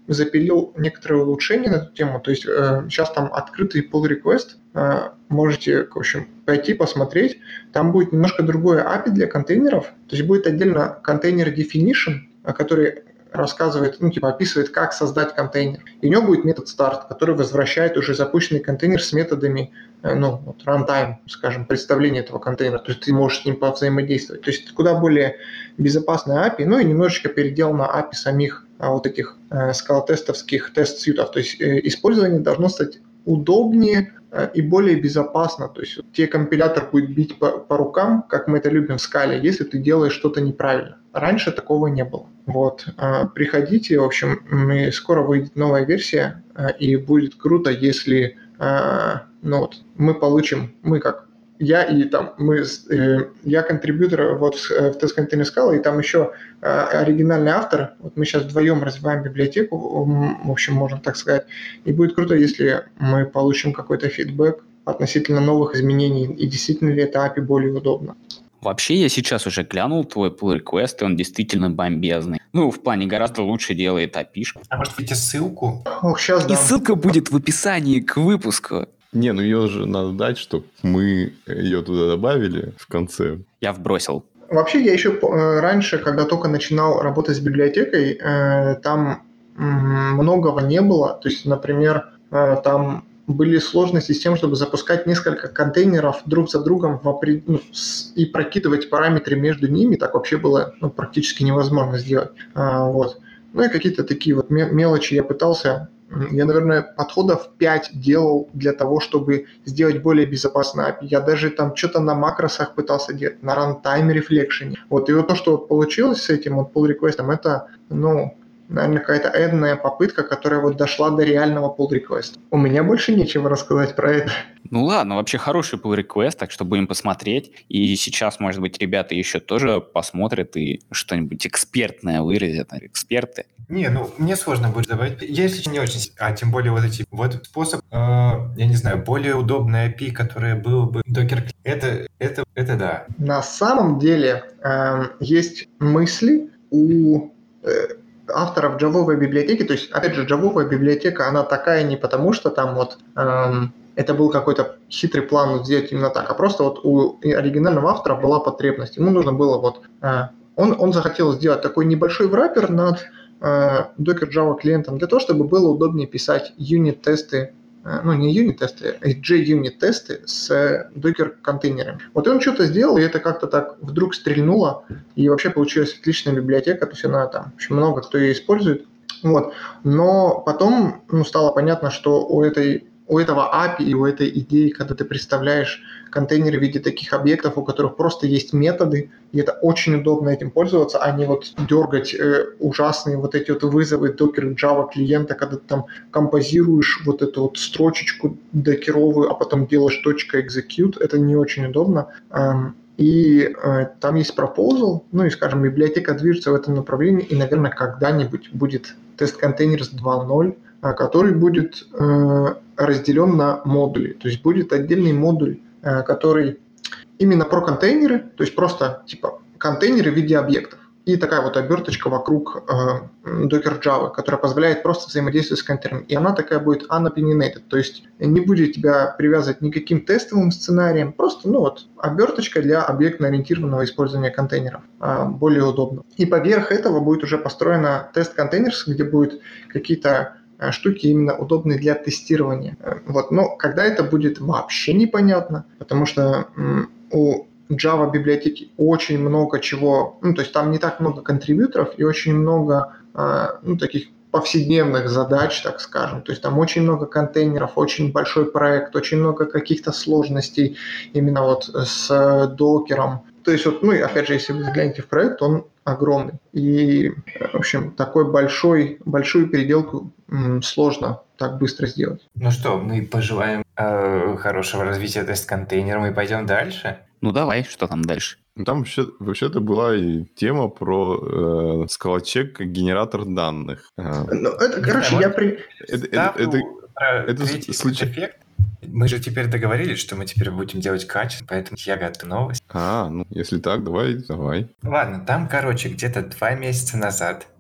запилил некоторые улучшения на эту тему. То есть э, сейчас там открытый pull request, э, можете, в общем, пойти посмотреть. Там будет немножко другое эй пи ай для контейнеров. То есть будет отдельно контейнер definition, который рассказывает, ну, типа, описывает, как создать контейнер. И у него будет метод start, который возвращает уже запущенный контейнер с методами, ну, вот, runtime, скажем, представления этого контейнера. То есть ты можешь с ним повзаимодействовать. То есть куда более безопасная эй пи ай, ну и немножечко переделана эй пи ай самих а, вот этих э, скалотестовских тест-сьютов. То есть э, использование должно стать удобнее э, и более безопасно. То есть вот, тебе компилятор будет бить по, по рукам, как мы это любим в скале, если ты делаешь что-то неправильно. Раньше такого не было. Вот. Э, приходите, в общем, мы, скоро выйдет новая версия, э, и будет круто, если э, ну вот, мы получим, мы как я и там мы, э, я контрибьютор вот в, в тест-контейнер Scala, и там еще э, оригинальный автор. Вот мы сейчас вдвоем развиваем библиотеку, в общем, можно так сказать. И будет круто, если мы получим какой-то фидбэк относительно новых изменений, и действительно ли это эй пи ай более удобно. Вообще, я сейчас уже глянул твой pull request, и он действительно бомбезный. Ну, в плане гораздо лучше делает эй пи ай. А может, видите ссылку? Ох, сейчас И дам. ссылка будет в описании к выпуску. Не, ну ее же надо дать, чтобы мы ее туда добавили в конце. Я вбросил. Вообще, я еще э, раньше, когда только начинал работать с библиотекой, э, там м, многого не было. То есть, например, э, там были сложности с тем, чтобы запускать несколько контейнеров друг за другом в опри... ну, с... и прокидывать параметры между ними. Так вообще было ну, практически невозможно сделать. А, вот. Ну и какие-то такие вот мелочи я пытался. Я, наверное, подходов пять делал для того, чтобы сделать более безопасный эй пи ай. Я даже там что-то на макросах пытался делать, на runtime reflection. Вот, и вот то, что получилось с этим вот pull request, это, ну, наверное, какая-то эдная попытка, которая вот дошла до реального pull request. У меня больше нечего рассказать про это. Ну ладно, вообще хороший pull request, так что будем посмотреть. И сейчас, может быть, ребята еще тоже посмотрят и что-нибудь экспертное выразят. Эксперты. Не, ну, мне сложно будет добавить. Я, если честно, не очень... А тем более вот эти... Вот способ, э, я не знаю, более удобный эй пи ай, которое было бы Docker... Это, это, это да. На самом деле э, есть мысли у... Э, авторов джавовой библиотеки, то есть, опять же, джавовая библиотека, она такая не потому, что там вот эм, это был какой-то хитрый план вот сделать именно так, а просто вот у оригинального автора была потребность. Ему нужно было вот... Э, он, он захотел сделать такой небольшой враппер над э, Docker Java клиентом для того, чтобы было удобнее писать юнит-тесты, э, ну не юнит-тесты, а JUnit-тесты с Docker-контейнерами. Вот и он что-то сделал, и это как-то так вдруг стрельнуло, и вообще получилась отличная библиотека, то есть она там очень много кто ее использует. Вот. Но потом ну, стало понятно, что у этой у этого эй пи ай и у этой идеи, когда ты представляешь контейнеры в виде таких объектов, у которых просто есть методы, и это очень удобно этим пользоваться, а не вот дергать э, ужасные вот эти вот вызовы Docker Java клиента, когда ты там композируешь вот эту вот строчечку докеровую, а потом делаешь точка execute, это не очень удобно. Эм, и э, там есть proposal, ну и, скажем, библиотека движется в этом направлении, и, наверное, когда-нибудь будет тест-контейнерс два ноль, который будет э, разделен на модули. То есть будет отдельный модуль, э, который именно про контейнеры, то есть просто типа контейнеры в виде объектов. И такая вот оберточка вокруг э, Docker Java, которая позволяет просто взаимодействовать с контейнером. И она такая будет unopinionated, то есть не будет тебя привязывать никаким тестовым сценарием, просто ну вот оберточка для объектно-ориентированного использования контейнеров. Э, более удобно. И поверх этого будет уже построена тест-контейнерс, где будут какие-то штуки именно удобные для тестирования. Вот. Но когда это будет, вообще непонятно, потому что м, у Java библиотеки очень много чего, ну, то есть там не так много контрибьюторов и очень много э, ну, таких повседневных задач, так скажем. То есть там очень много контейнеров, очень большой проект, очень много каких-то сложностей именно вот с докером. То есть вот, ну и опять же, если вы заглянете в проект, он огромный. И, в общем, такой большой, большую переделку м, сложно так быстро сделать. Ну что, мы пожелаем э, хорошего развития тест-контейнера, мы пойдем дальше. Ну давай, что там дальше? Там вообще, вообще-то была и тема про э, Scala-чек как генератор данных. Э, ну, это, короче, я при... Это, это, это, это случай... эффект. Мы же теперь договорились, что мы теперь будем делать качественно, поэтому я готов новость. А, ну, если так, давай, давай. Ладно, там, короче, где-то два месяца назад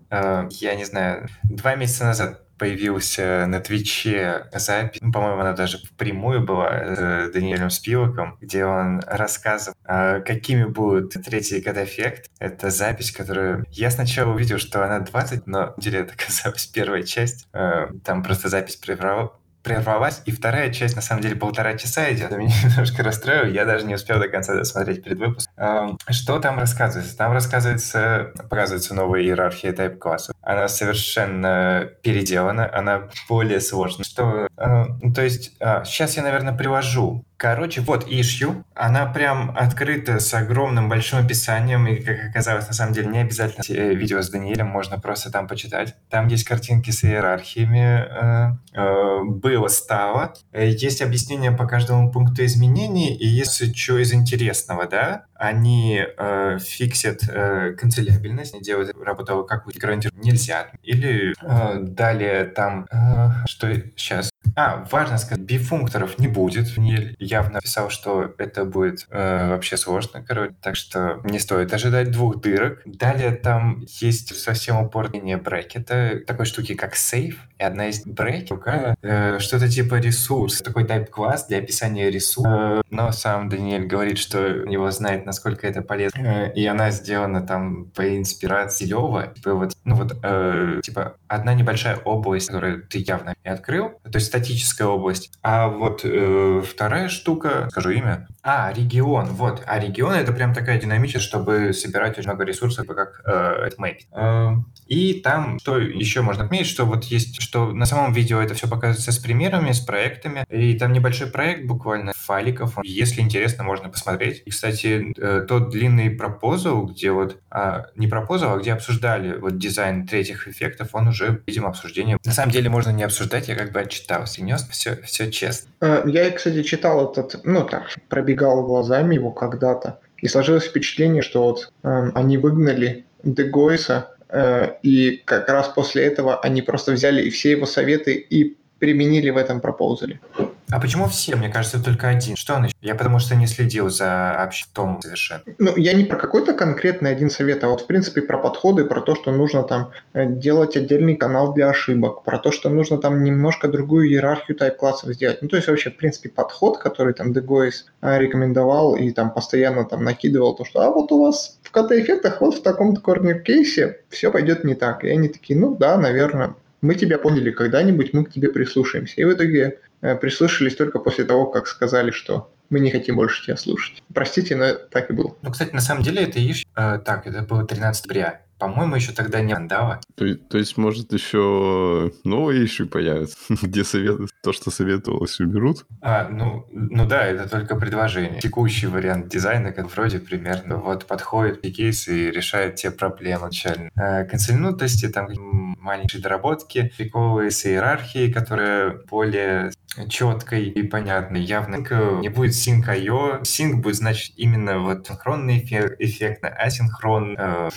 э, я не знаю, два месяца назад появился на Твиче запись, ну, по-моему, она даже впрямую была с Даниэлем Спиваком, где он рассказывал, э, какими будут третий God-эффект. Это запись, которую я сначала увидел, что она двадцать, но на самом деле это оказалась первая часть. Э, там просто запись прервала. прервалась, и вторая часть, на самом деле, полтора часа идет. Это меня немножко расстроило, я даже не успел до конца досмотреть предвыпуск. Эм, Что там рассказывается? Там рассказывается, показывается новая иерархия тайп-классов. Она совершенно переделана, она более сложная. Что, э, ну, то есть, а, сейчас я, наверное, приложу. Короче, вот issue, она прям открыта с огромным большим описанием, и, как оказалось, на самом деле, не обязательно э, видео с Даниэлем, можно просто там почитать. Там есть картинки с иерархиями, э, э, было, стало. Э, Есть объяснение по каждому пункту изменений, и есть что из интересного, да, они э, фиксят э, канцелябельность, они делают работу, как вы гарантируете, нельзя. Или э, далее там, э, что сейчас... А, важно сказать, бифункторов не будет. Мне явно писал, что это будет э, вообще сложно, короче, так что не стоит ожидать двух дырок. Далее там есть совсем упорнение брекета, такой штуки, как сейф, и одна из брекетов, э, что-то типа ресурс, такой тайп-класс для описания ресурса. Э, но сам Даниэль говорит, что его знает, насколько это полезно. Э, и она сделана там по инспирации Лёва. Типа вот, ну вот, э, типа одна небольшая область, которую ты явно не открыл, то есть статическая область. А вот э, вторая штука, скажу имя. А, регион, вот. А регион — это прям такая динамичная, чтобы собирать очень много ресурсов, как э, мэппинг. Э, и там, что еще можно отметить, что вот есть, что на самом видео это все показывается с примерами, с проектами, и там небольшой проект буквально файликов. Если интересно, можно посмотреть. И, кстати, э, тот длинный пропозал, где вот, а, не пропозал, а где обсуждали вот дизайн третьих эффектов, он уже, видимо, обсуждение. На самом деле можно не обсуждать, я как бы отчитался, и нес все, все честно. Э, Я, кстати, читал этот, ну так, пробегал глазами его когда-то, и сложилось впечатление, что вот эм, они выгнали Дегойса, э, и как раз после этого они просто взяли и все его советы и применили в этом пропозале. А почему все? Мне кажется, только один. Что он еще? Я потому что не следил за обществом совершенно. Ну, я не про какой-то конкретный один совет, а вот, в принципе, про подходы, про то, что нужно там э, делать отдельный канал для ошибок, про то, что нужно там немножко другую иерархию тайп-классов сделать. Ну, то есть вообще, в принципе, подход, который там Дегойс э, рекомендовал и там постоянно там накидывал то, что а вот у вас в кт-эффектах вот в таком-то корнер-кейсе все пойдет не так. И они такие, ну да, наверное, мы тебя поняли, когда-нибудь мы к тебе прислушаемся. И в итоге э, прислушались только после того, как сказали, что мы не хотим больше тебя слушать. Простите, но так и было. Ну, кстати, на самом деле это иш... э, так, это было тринадцатого ноября. По-моему, еще тогда не мандала. То, то есть, может, еще новые ищи появятся, где советы, то, что советовалось, уберут? А, ну, ну да, это только предложение. Текущий вариант дизайна, как вроде примерно вот подходит к кейсу и решает те проблемы начально. А, консольнутости, там маленькие доработки, приколы с иерархией, которая более четкой и понятной. Явно не будет sync.io. Sync будет значит именно вот синхронный эффект, эффект на асинхрон. Э,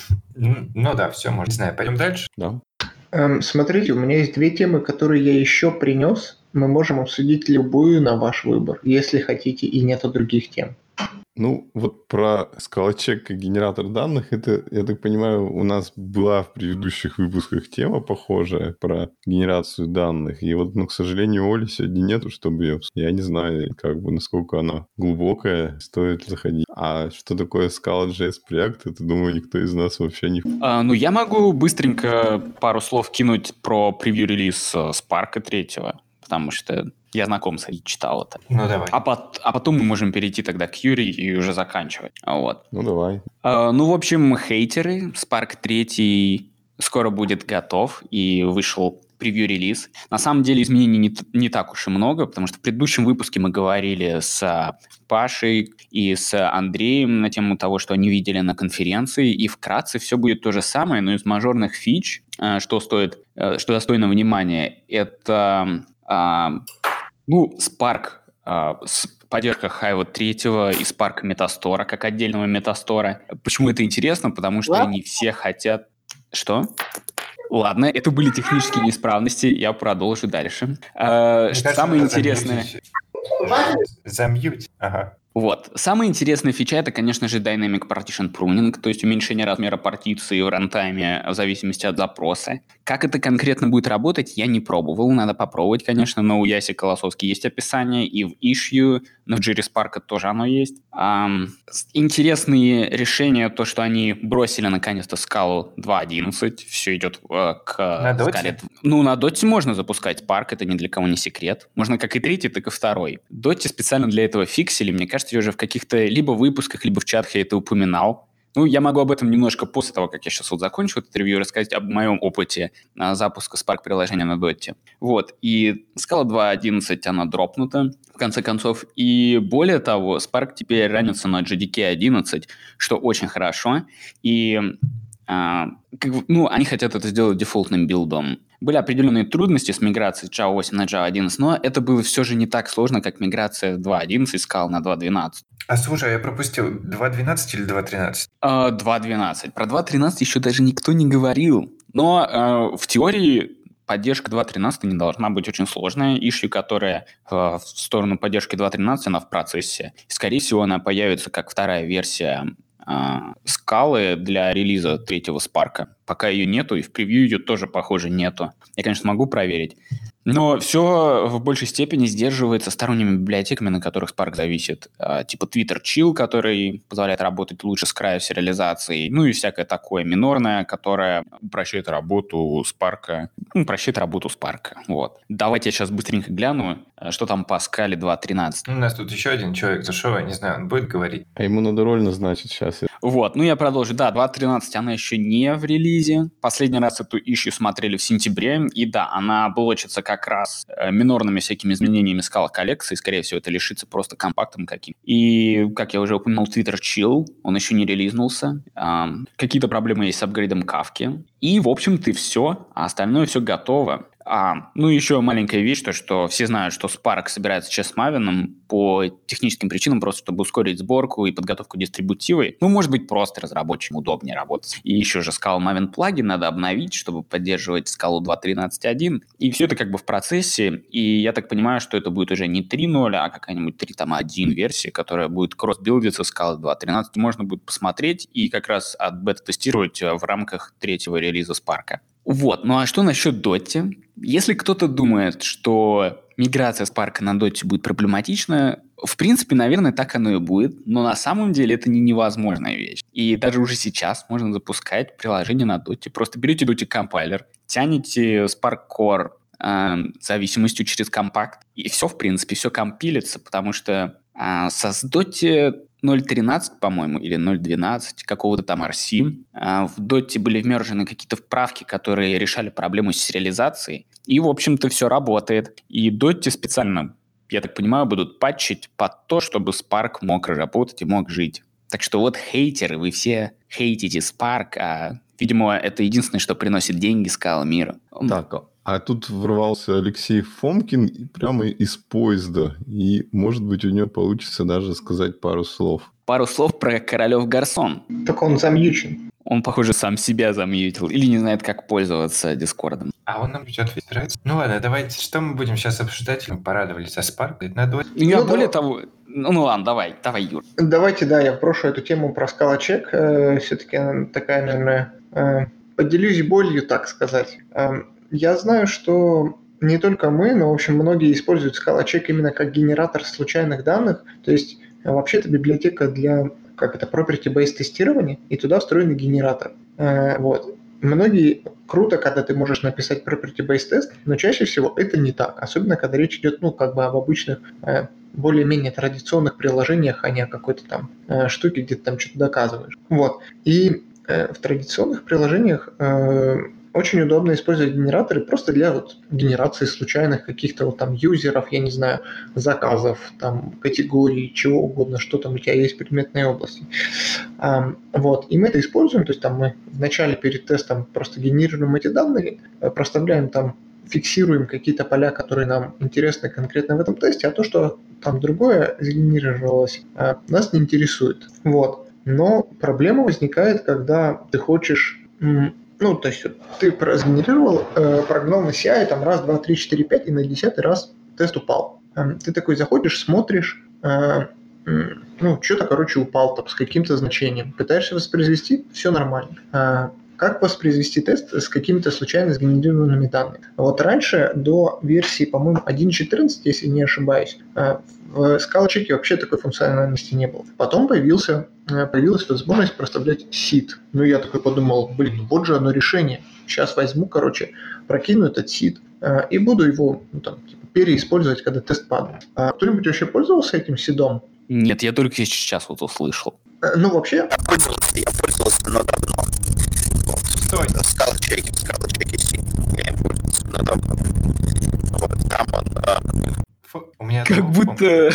ну да, все, можно. Не знаю, пойдем дальше? Да. Эм, смотрите, у меня есть две темы, которые я еще принес. Мы можем обсудить любую на ваш выбор, если хотите, и нету других тем. Ну, вот про скалочек как генератор данных, это, я так понимаю, у нас была в предыдущих выпусках тема похожая про генерацию данных. И вот, ну, к сожалению, Оли сегодня нету, чтобы ее... Я не знаю, как бы, насколько она глубокая, стоит заходить. А что такое Scala.js проект, это, думаю, никто из нас вообще не... А, ну, я могу быстренько пару слов кинуть про превью-релиз Spark третьего, потому что... Я знаком с этим, читал это. Ну, давай. А, под, а потом мы можем перейти тогда к Юрию и уже заканчивать. Вот. Ну, давай. А, ну, в общем, хейтеры. Spark три скоро будет готов и вышел превью-релиз. На самом деле изменений не, не так уж и много, потому что в предыдущем выпуске мы говорили с Пашей и с Андреем на тему того, что они видели на конференции, и вкратце все будет то же самое, но из мажорных фич, что стоит, что достойно внимания, это... Ну, Spark, э, с поддержка Hive три и Spark метастора как отдельного метастора. Почему это интересно? Потому что What? они все хотят... Что? Ладно, это были технические неисправности, я продолжу дальше. Э, Мне кажется, самое надо интересное... Замьють. Ага. Вот. Самая интересная фича — это, конечно же, Dynamic Partition Pruning, то есть уменьшение размера партиции в рантайме в зависимости от запроса. Как это конкретно будет работать, я не пробовал, надо попробовать, конечно, но у Яси Колосовски есть описание, и в Issue, но в Jerry Spark тоже оно есть. Ам, интересные решения, то, что они бросили наконец-то скалу два одиннадцать, все идет э, к На доте? скале. Ну, на доте можно запускать Spark, это ни для кого не секрет. Можно как и третий, так и второй. Доте специально для этого фиксили, мне кажется, я уже в каких-то либо выпусках, либо в чатах я это упоминал. Ну, я могу об этом немножко после того, как я сейчас вот закончу это ревью, рассказать об моем опыте а, запуска Spark-приложения на Доте. Вот, и скала два одиннадцать, она дропнута, в конце концов. И более того, Spark теперь ранится на джей ди кей одиннадцать, что очень хорошо. И а, как, ну, они хотят это сделать дефолтным билдом. Были определенные трудности с миграцией с Java восемь на Java одиннадцать, но это было все же не так сложно, как миграция два одиннадцать скал на два двенадцать. А слушай, я пропустил, два двенадцать или два тринадцать? Uh, два двенадцать. Про два тринадцать еще даже никто не говорил. Но uh, в теории поддержка два тринадцать не должна быть очень сложная. Issue, которая uh, в сторону поддержки два тринадцать, она в процессе. И, скорее всего, она появится как вторая версия uh, скалы для релиза третьего Спарка. Пока ее нету, и в превью ее тоже, похоже, нету. Я, конечно, могу проверить. Но все в большей степени сдерживается сторонними библиотеками, на которых Spark зависит. Типа Twitter Chill, который позволяет работать лучше с краю сериализацией. Ну и всякое такое минорное, которое упрощает работу Spark. Ну, упрощает работу Spark. Вот. Давайте я сейчас быстренько гляну, что там по скале два тринадцать. У нас тут еще один человек зашел, я не знаю, он будет говорить. А ему надо роль назначить сейчас. Вот, ну я продолжу. Да, два тринадцать, она еще не в релизе. Последний раз эту issue смотрели в сентябре. И да, она блочится как раз э, минорными всякими изменениями скала коллекции. Скорее всего, это лишится просто компактом каким. И, как я уже упомянул, Twitter Chill, он еще не релизнулся. Э, какие-то проблемы есть с апгрейдом Kafka. И, в общем-то, и все. А остальное все готово. А, ну, еще маленькая вещь, то, что все знают, что Spark собирается сейчас с Maven по техническим причинам, просто чтобы ускорить сборку и подготовку дистрибутивы. Ну, может быть, просто разработчикам удобнее работать. И еще же Scala Maven плагин надо обновить, чтобы поддерживать скалу два тринадцать один. И все это как бы в процессе. И я так понимаю, что это будет уже не три ноль, а какая-нибудь три один версия, которая будет кросс-билдиться скалы два тринадцать. Можно будет посмотреть и как раз от бета-тестировать в рамках третьего релиза Spark. Вот, ну а что насчет Доти? Если кто-то думает, что миграция Spark на Доте будет проблематична, в принципе, наверное, так оно и будет, но на самом деле это не невозможная вещь. И даже уже сейчас можно запускать приложение на Доте. Просто берете Доти компайлер, тянете Spark Core э, зависимостью через компакт, и все, в принципе, все компилится, потому что э, со Доти ноль тринадцать, по-моему, или ноль двенадцать, какого-то там ар си. А в Доте были вмержены какие-то вправки, которые решали проблему с сериализацией. И, в общем-то, все работает. И Доте специально, я так понимаю, будут патчить под то, чтобы Spark мог работать и мог жить. Так что вот хейтеры, вы все хейтите Spark, а, видимо, это единственное, что приносит деньги Scala миру. Так, а тут ворвался Алексей Фомкин прямо из поезда. И, может быть, у него получится даже сказать пару слов. Пару слов про Королев Гарсон. Так он замьючен. Он, похоже, сам себя замьютил. Или не знает, как пользоваться Дискордом. А он нам ведет разбирается. Ну ладно, давайте, что мы будем сейчас обсуждать? Мы порадовались за Spark. Надо... Ну, я Ну, более да. того... Ну, ну ладно, давай, давай, Юр. Давайте, да, я брошу эту тему про скалочек. Э, все-таки она такая, наверное, э, поделюсь болью, так сказать. Э, я знаю, что не только мы, но, в общем, многие используют скалочек именно как генератор случайных данных. То есть, э, вообще-то библиотека для, как это, property-based тестирования, и туда встроенный генератор. Э, вот. Многие круто, когда ты можешь написать property-based тест, но чаще всего это не так. Особенно, когда речь идет, ну, как бы об обычных, э, более-менее традиционных приложениях, а не о какой-то там э, штуке, где ты там что-то доказываешь. Вот. И э, в традиционных приложениях э, очень удобно использовать генераторы просто для вот генерации случайных каких-то вот там юзеров, я не знаю, заказов, там, категорий, чего угодно, что там у тебя есть в предметной области. Um, вот. И мы это используем, то есть там мы вначале перед тестом просто генерируем эти данные, проставляем там, фиксируем какие-то поля, которые нам интересны конкретно в этом тесте, а то, что там другое сгенерировалось, нас не интересует. Вот. Но проблема возникает, когда ты хочешь... Ну, то есть ты сгенерировал, прогнал на си ай, там раз, два, три, четыре, пять, и на десятый раз тест упал. Ты такой заходишь, смотришь, ну, что-то, короче, упал там с каким-то значением. Пытаешься воспроизвести, все нормально. А как воспроизвести тест с какими-то случайно сгенерированными данными? Вот раньше, до версии, по-моему, один точка четырнадцать, если не ошибаюсь, в скала-чеке вообще такой функциональности не было. Потом появился, появилась возможность проставлять сид. Ну, я такой подумал, блин, вот же оно решение. Сейчас возьму, короче, прокину этот сид и буду его, ну, там, типа, переиспользовать, когда тест падает. А кто-нибудь вообще пользовался этим сидом? Нет, я только сейчас вот услышал. Ну, вообще... Я пользовался, но давно. Стой. Скала-чеки, скала-чеки сид. Я им пользовался, но давно. Вот, там он... А... Фу, у меня Как звук, будто...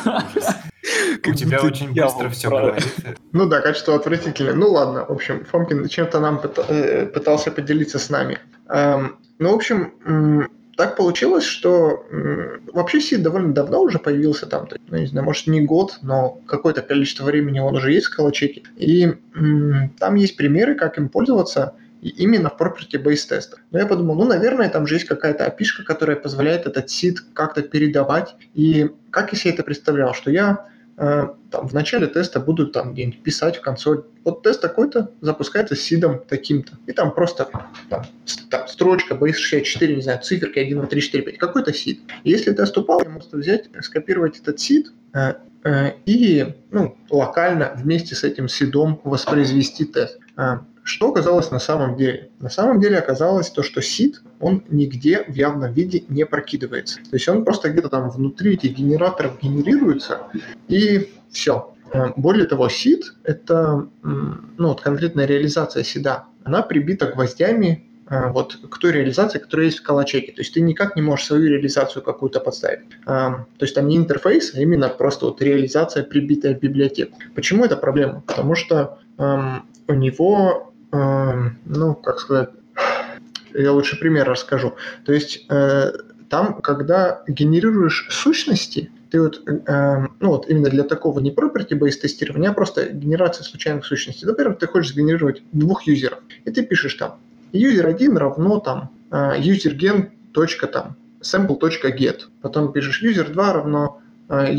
У тебя очень быстро все говорится. Ну да, качество отвратительное. Ну ладно, в общем, Фомкин чем-то нам пытался поделиться с нами. Ну, в общем, так получилось, что вообще сид довольно давно уже появился там, ну, не знаю, может не год, но какое-то количество времени он уже есть в скала-чеке. И там есть примеры, как им пользоваться именно в property-based тестах. Но я подумал, ну, наверное, там же есть какая-то эй пи ай-шка, которая позволяет этот сид как-то передавать. И как я себе это представлял, что я э, там, в начале теста буду там где-нибудь писать в консоль. Вот тест такой-то запускается с сидом таким-то. И там просто там, там, строчка би эй эс шестьдесят четыре, не знаю, циферки один, два, три, четыре, пять. Какой-то сид. И если тест упал, я могу взять, скопировать этот сид э, э, и ну, локально вместе с этим сидом воспроизвести тест. Что оказалось на самом деле? На самом деле оказалось то, что сид, он нигде в явном виде не прокидывается. То есть он просто где-то там внутри этих генераторов генерируется, и все. Более того, сид – это ну, вот конкретная реализация сида. Она прибита гвоздями вот, к той реализации, которая есть в скала-чеке. То есть ты никак не можешь свою реализацию какую-то подставить. То есть там не интерфейс, а именно просто вот реализация, прибитая в библиотеку. Почему это проблема? Потому что у него... ну, как сказать, я лучше пример расскажу. То есть э, там, когда генерируешь сущности, ты вот, э, ну вот именно для такого не property-based тестирования, а просто генерация случайных сущностей. Например, ты хочешь сгенерировать двух юзеров, и ты пишешь там user один равно там э, usergen. там sample.get, потом пишешь user два равно э,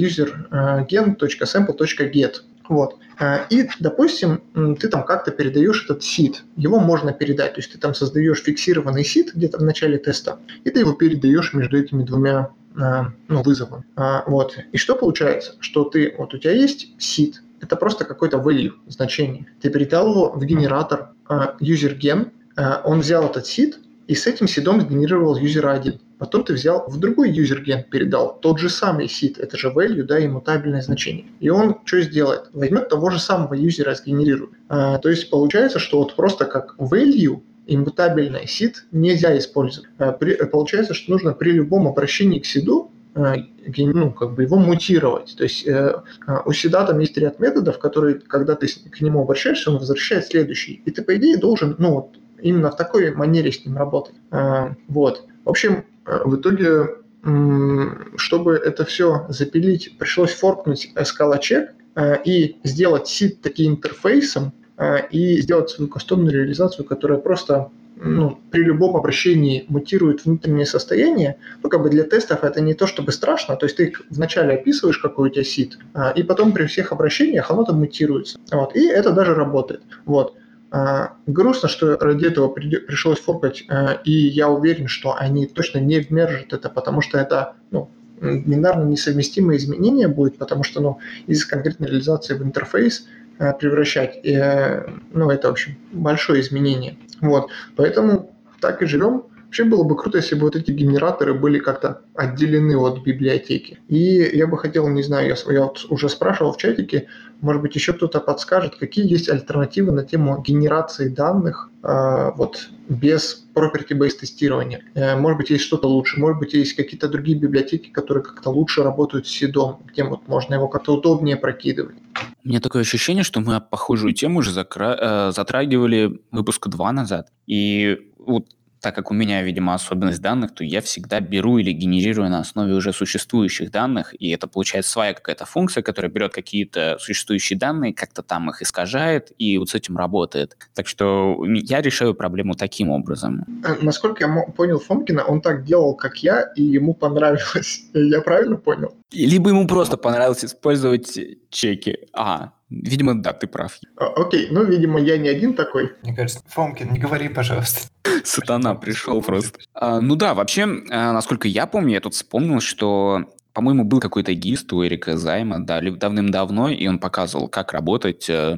usergen.sample.get. Вот. И, допустим, ты там как-то передаешь этот сид. Его можно передать. То есть ты там создаешь фиксированный сид где-то в начале теста, и ты его передаешь между этими двумя ну, вызовами. Вот. И что получается? Что ты, вот у тебя есть сид, это просто какой-то value, значение. Ты передал его в генератор usergen, он взял этот сид, и с этим сидом сгенерировал юзера один. Потом ты взял в другой юзерген, передал тот же самый сид, это же value, да, иммутабельное значение. И он что сделает? Возьмет того же самого юзера, сгенерирует. А, то есть получается, что вот просто как value иммутабельный сид нельзя использовать. А, при, получается, что нужно при любом обращении к сиду а, ну, как бы его мутировать. То есть э, у сида там есть ряд методов, которые, когда ты к нему обращаешься, он возвращает следующий. И ты, по идее, должен, ну, вот, именно в такой манере с ним работать. А, вот. В общем, в итоге, чтобы это все запилить, пришлось форкнуть скала-чек и сделать сид таким интерфейсом и сделать свою кастомную реализацию, которая просто ну, при любом обращении мутирует внутреннее состояние. Ну, как бы для тестов это не то чтобы страшно, то есть ты вначале описываешь, какой у тебя сид, и потом при всех обращениях оно там мутируется. Вот. И это даже работает. Вот. Uh, грустно, что ради этого при, пришлось форкать, uh, и я уверен, что они точно не вмержат это, потому что это ну, бинарно несовместимые изменения будет, потому что ну, из конкретной реализации в интерфейс uh, превращать, и, uh, ну, это, в общем, большое изменение. Вот. Поэтому так и живем. Вообще было бы круто, если бы вот эти генераторы были как-то отделены от библиотеки. И я бы хотел, не знаю, я, я вот уже спрашивал в чатике, может быть, еще кто-то подскажет, какие есть альтернативы на тему генерации данных э, вот, без property-based тестирования. Э, может быть, есть что-то лучше, может быть, есть какие-то другие библиотеки, которые как-то лучше работают с сидом, где вот можно его как-то удобнее прокидывать. У меня такое ощущение, что мы похожую тему уже закра... э, затрагивали выпуска два назад. И вот так как у меня, видимо, особенность данных, то я всегда беру или генерирую на основе уже существующих данных, и это получается своя какая-то функция, которая берет какие-то существующие данные, как-то там их искажает, и вот с этим работает. Так что я решаю проблему таким образом. Насколько я понял Фомкина, он так делал, как я, и ему понравилось. Я правильно понял? Либо ему просто понравилось использовать чеки. А, видимо, да, ты прав. А, окей, ну, видимо, я не один такой. Мне кажется, Фомкин, не говори, пожалуйста. Сатана пришел просто. А, ну да, вообще, а, насколько я помню, я тут вспомнил, что, по-моему, был какой-то гист у Эрика Займа, да, давным-давно, и он показывал, как работать э,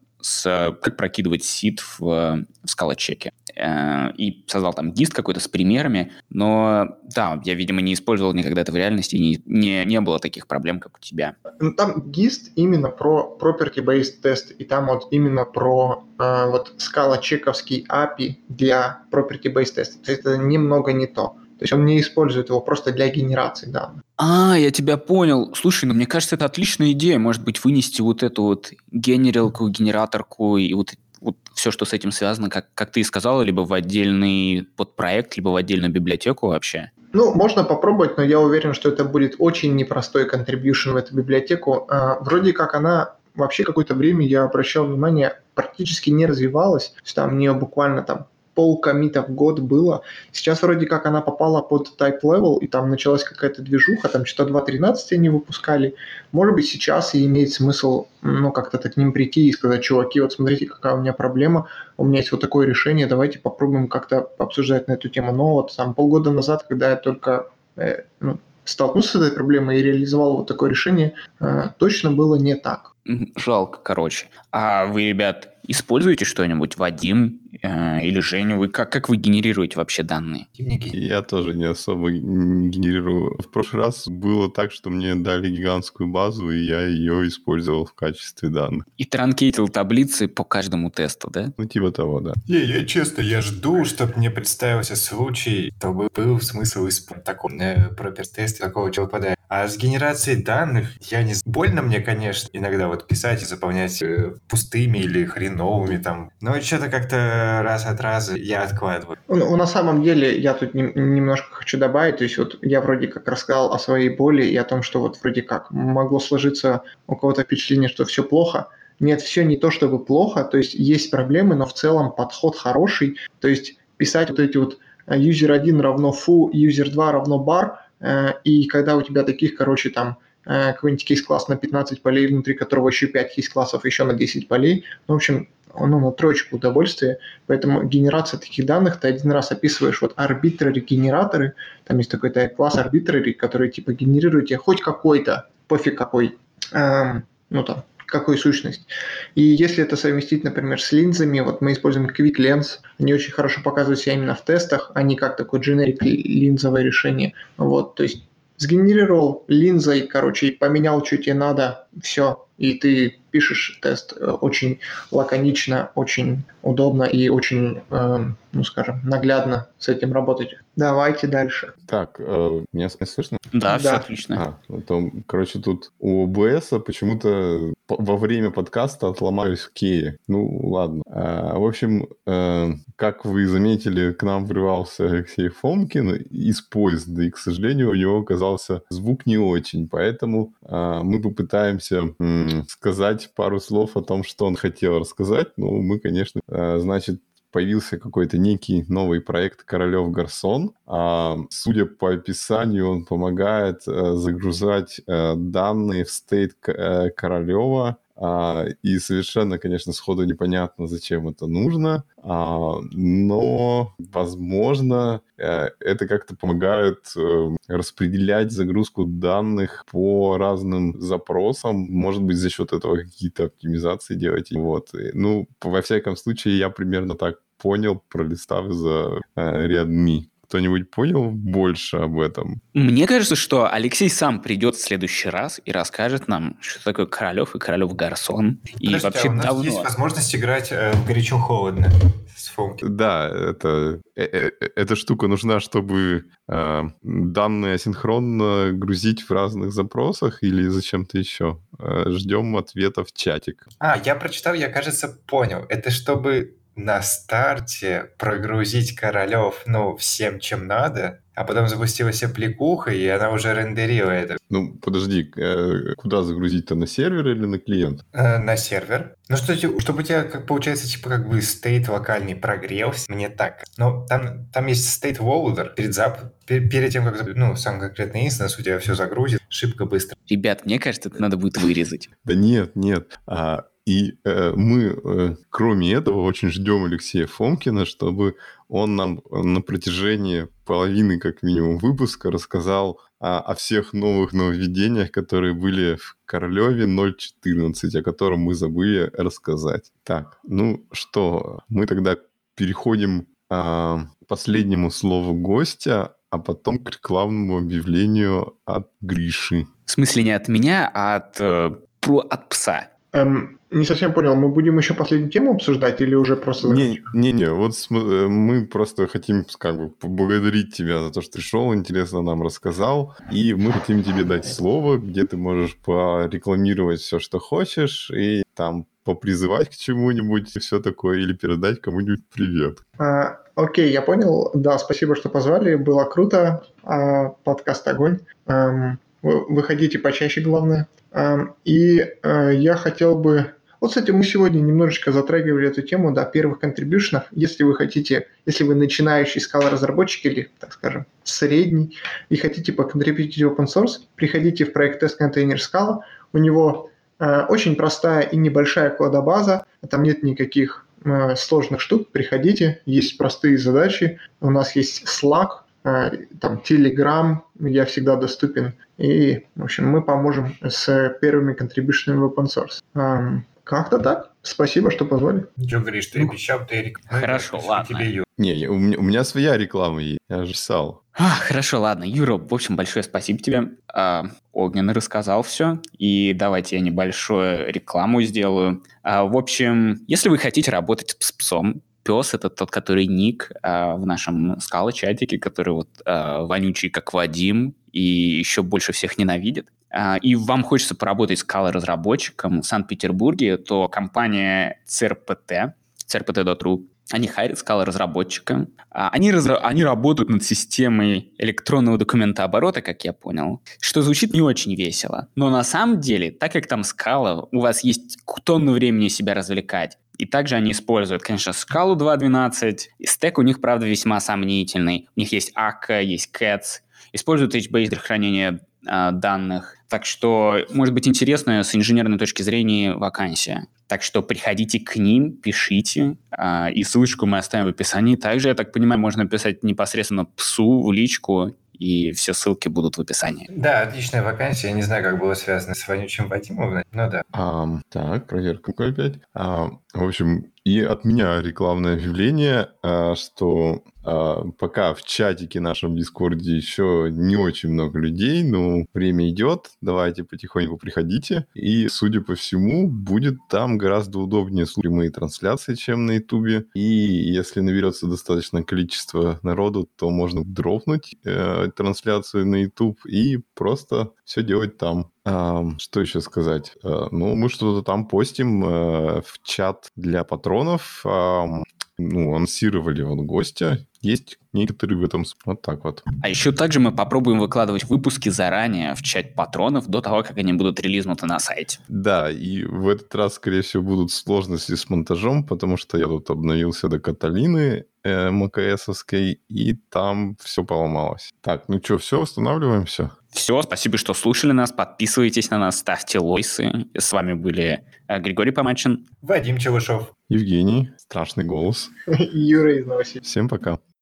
с, как прокидывать сид в, в скала-чеке. Э, и создал там гист какой-то с примерами, но да, я, видимо, не использовал никогда это в реальности, не, не, не было таких проблем, как у тебя. Ну, там гист именно про property-based тест, и там вот именно про э, вот скала-чековский эй пи ай для property-based теста. То есть это немного не то. То есть он не использует его просто для генерации данных. А, я тебя понял. Слушай, ну мне кажется, это отличная идея. Может быть, вынести вот эту вот генералку, генераторку и вот, вот все, что с этим связано, как, как ты и сказала, либо в отдельный подпроект, либо в отдельную библиотеку вообще. Ну, можно попробовать, но я уверен, что это будет очень непростой contribution в эту библиотеку. А, вроде как она вообще какое-то время, я обращал внимание, практически не развивалась. То есть там у нее буквально там пол коммита в год было. Сейчас вроде как она попала под type level, и там началась какая-то движуха, там что-то два тринадцать они выпускали. Может быть, сейчас и имеет смысл, ну, как-то к ним прийти и сказать: чуваки, вот смотрите, какая у меня проблема, у меня есть вот такое решение, давайте попробуем как-то обсуждать на эту тему. Но вот там полгода назад, когда я только э, ну, столкнулся с этой проблемой и реализовал вот такое решение, э, точно было не так. Жалко, короче. А вы, ребят, используете что-нибудь? Вадим э, или Женя? Вы как, как вы генерируете вообще данные? Я тоже не особо генерирую. В прошлый раз было так, что мне дали гигантскую базу, и я ее использовал в качестве данных. И транкейтил таблицы по каждому тесту, да? Ну, типа того, да. Не, я честно, я жду, чтобы мне представился случай, чтобы был смысл использовать такой э, пропер-тест, такого чего выпадает. А с генерацией данных, я не... Больно мне, конечно, иногда вот писать и заполнять э, пустыми или хреновыми там. Но что-то как-то раз от раза я откладываю. Ну, на самом деле, я тут не, немножко хочу добавить, то есть вот я вроде как рассказал о своей боли и о том, что вот вроде как могло сложиться у кого-то впечатление, что все плохо. Нет, все не то чтобы плохо, то есть есть проблемы, но в целом подход хороший, то есть писать вот эти вот user один равно foo, user два равно bar, э, и когда у тебя таких, короче, там э, какой-нибудь кейс-класс на пятнадцать полей, внутри которого еще пять кейс-классов, еще на десять полей, ну, в общем, ну, на троечку удовольствия, поэтому генерация таких данных, ты один раз описываешь вот arbitrary генераторы, там есть такой класс arbitrary, который типа генерирует тебе хоть какой-то, пофиг какой, эм, ну там, какую сущность. И если это совместить, например, с линзами, вот мы используем Quick Lens, они очень хорошо показывают себя именно в тестах, а не как такое generic линзовое решение. Вот, то есть сгенерировал линзой, короче, поменял, что тебе надо, все, и ты пишешь тест очень лаконично, очень удобно и очень, э, ну, скажем, наглядно с этим работать. Давайте дальше. Так, э, меня слышно? Да, Да. все отлично. А, потом, короче, тут у о бэ эс почему-то во время подкаста отломались кеи. Ну, ладно. А, в общем, э, как вы заметили, к нам врывался Алексей Фомкин из поезда, и, к сожалению, у него оказался звук не очень, поэтому э, мы попытаемся м, сказать пару слов о том, что он хотел рассказать. Ну, мы, конечно, э, значит, появился какой-то некий новый проект Королев Гарсон. А, судя по описанию, он помогает а, загружать а, данные в стейт а, Королева. А, и совершенно, конечно, сходу непонятно, зачем это нужно. А, но, возможно, а, это как-то помогает а, распределять загрузку данных по разным запросам. Может быть, за счет этого какие-то оптимизации делать. Вот. И, ну, во всяком случае, я примерно так понял, пролистав за э, Redmi. Кто-нибудь понял больше об этом? Мне кажется, что Алексей сам придет в следующий раз и расскажет нам, что такое Королев и Королев Гарсон. И Подождите, вообще а у нас давно. есть возможность играть э, в горячо-холодно с Фомкиным. Да, это, э, э, эта штука нужна, чтобы э, данные асинхронно грузить в разных запросах или зачем-то еще? Э, ждем ответа в чатик. А, я прочитал, я, кажется, понял. Это чтобы на старте прогрузить королев, ну, всем, чем надо, а потом запустилась аппликуха, и она уже рендерила это Ну, подожди, э, куда загрузить-то, на сервер или на клиент? э, на сервер. Ну, что, ти- чтобы у тебя, как получается, типа, как бы стейт локальный прогрелся, мне так. Но там, там есть стейт loader перед, зап... пер- перед тем, как, ну, сам конкретный инстанс у тебя все загрузит шибко быстро. Ребят, мне кажется, это надо будет вырезать. Да нет, нет. А, и э, мы, э, кроме этого, очень ждем Алексея Фомкина, чтобы он нам на протяжении половины, как минимум, выпуска рассказал о, о всех новых нововведениях, которые были в Королеве ноль четырнадцать, о котором мы забыли рассказать. Так, ну что, мы тогда переходим а, к последнему слову гостя, а потом к рекламному объявлению от Гриши. В смысле не от меня, а от, э, про, от пса. Эм, не совсем понял, мы будем еще последнюю тему обсуждать или уже просто... Не, не, не, вот см- э, мы просто хотим как бы поблагодарить тебя за то, что пришел, интересно нам рассказал, и мы хотим тебе дать слово, где ты можешь порекламировать все, что хочешь, и там попризывать к чему-нибудь и все такое, или передать кому-нибудь привет. А, окей, я понял. Да, спасибо, что позвали. Было круто. А, подкаст «Огонь». Ам, вы- выходите почаще, главное. Ам, и а, я хотел бы... Вот, кстати, мы сегодня немножечко затрагивали эту тему, да, первых контрибьюшенов. Если вы хотите, если вы начинающий скала-разработчик или, так скажем, средний, и хотите поконтрибьютить в open source, приходите в проект Test Container Scala. У него э, очень простая и небольшая кодобаза, там нет никаких э, сложных штук, приходите, есть простые задачи, у нас есть Slack, э, там Telegram, я всегда доступен, и, в общем, мы поможем с первыми контрибьюшенами в open source. Эм, как-то так. Спасибо, что позвали. Чё говоришь, ты Ну, обещал, ты рек- ну, хорошо, это ладно. тебе, Ю. Не, я- у меня, у меня своя реклама есть, я же писал. А, хорошо, ладно. Юра, в общем, большое спасибо тебе. А, Огненный рассказал все. И давайте я небольшую рекламу сделаю. А, в общем, если вы хотите работать с псом, пес — это тот, который ник а, в нашем скала-чатике, который вот а, вонючий, как Вадим, и еще больше всех ненавидит. А, и вам хочется поработать скала-разработчиком в Санкт-Петербурге, то компания си эр пи ти, си эр пи ти точка ру, они хайрят скала-разработчика. А, Они, разра- они работают над системой электронного документооборота, как я понял, что звучит не очень весело. Но на самом деле, так как там скала, у вас есть тонну времени себя развлекать. И также они используют, конечно, скалу два точка двенадцать. И стек у них, правда, весьма сомнительный. У них есть Akka, есть Cats. Используют эйч-бейс для хранения а, данных. Так что, может быть, интересная с инженерной точки зрения вакансия. Так что приходите к ним, пишите, а, и ссылочку мы оставим в описании. Также, я так понимаю, можно писать непосредственно псу в личку, и все ссылки будут в описании. Да, отличная вакансия. Я не знаю, как было связано с вонючим Вадимом, но да. Ам, так, проверка опять. А, в общем, и от меня рекламное объявление, а, что а, пока в чатике нашем Дискорде еще не очень много людей, но время идет, давайте потихоньку приходите. И, судя по всему, будет там гораздо удобнее слушать прямые трансляции, чем на Ютубе. И если наберется достаточное количество народу, то можно дропнуть э, трансляцию на Ютуб и просто все делать там. А, что еще сказать? А, ну, мы что-то там постим э, в чат для патронов. А, ну, анонсировали вот гостя. Есть некоторые в этом... с- Вот так вот. А еще также мы попробуем выкладывать выпуски заранее в чат патронов до того, как они будут релизнуты на сайте. Да, и в этот раз, скорее всего, будут сложности с монтажом, потому что я тут обновился до Каталины э, МКСовской, и там все поломалось. Так, ну что, все, устанавливаем все? Все, спасибо, что слушали нас, подписывайтесь на нас, ставьте лойсы. С вами были э, Григорий Помачин. Вадим Челышев. Евгений, страшный голос. Юра из Новосибирска. Всем пока.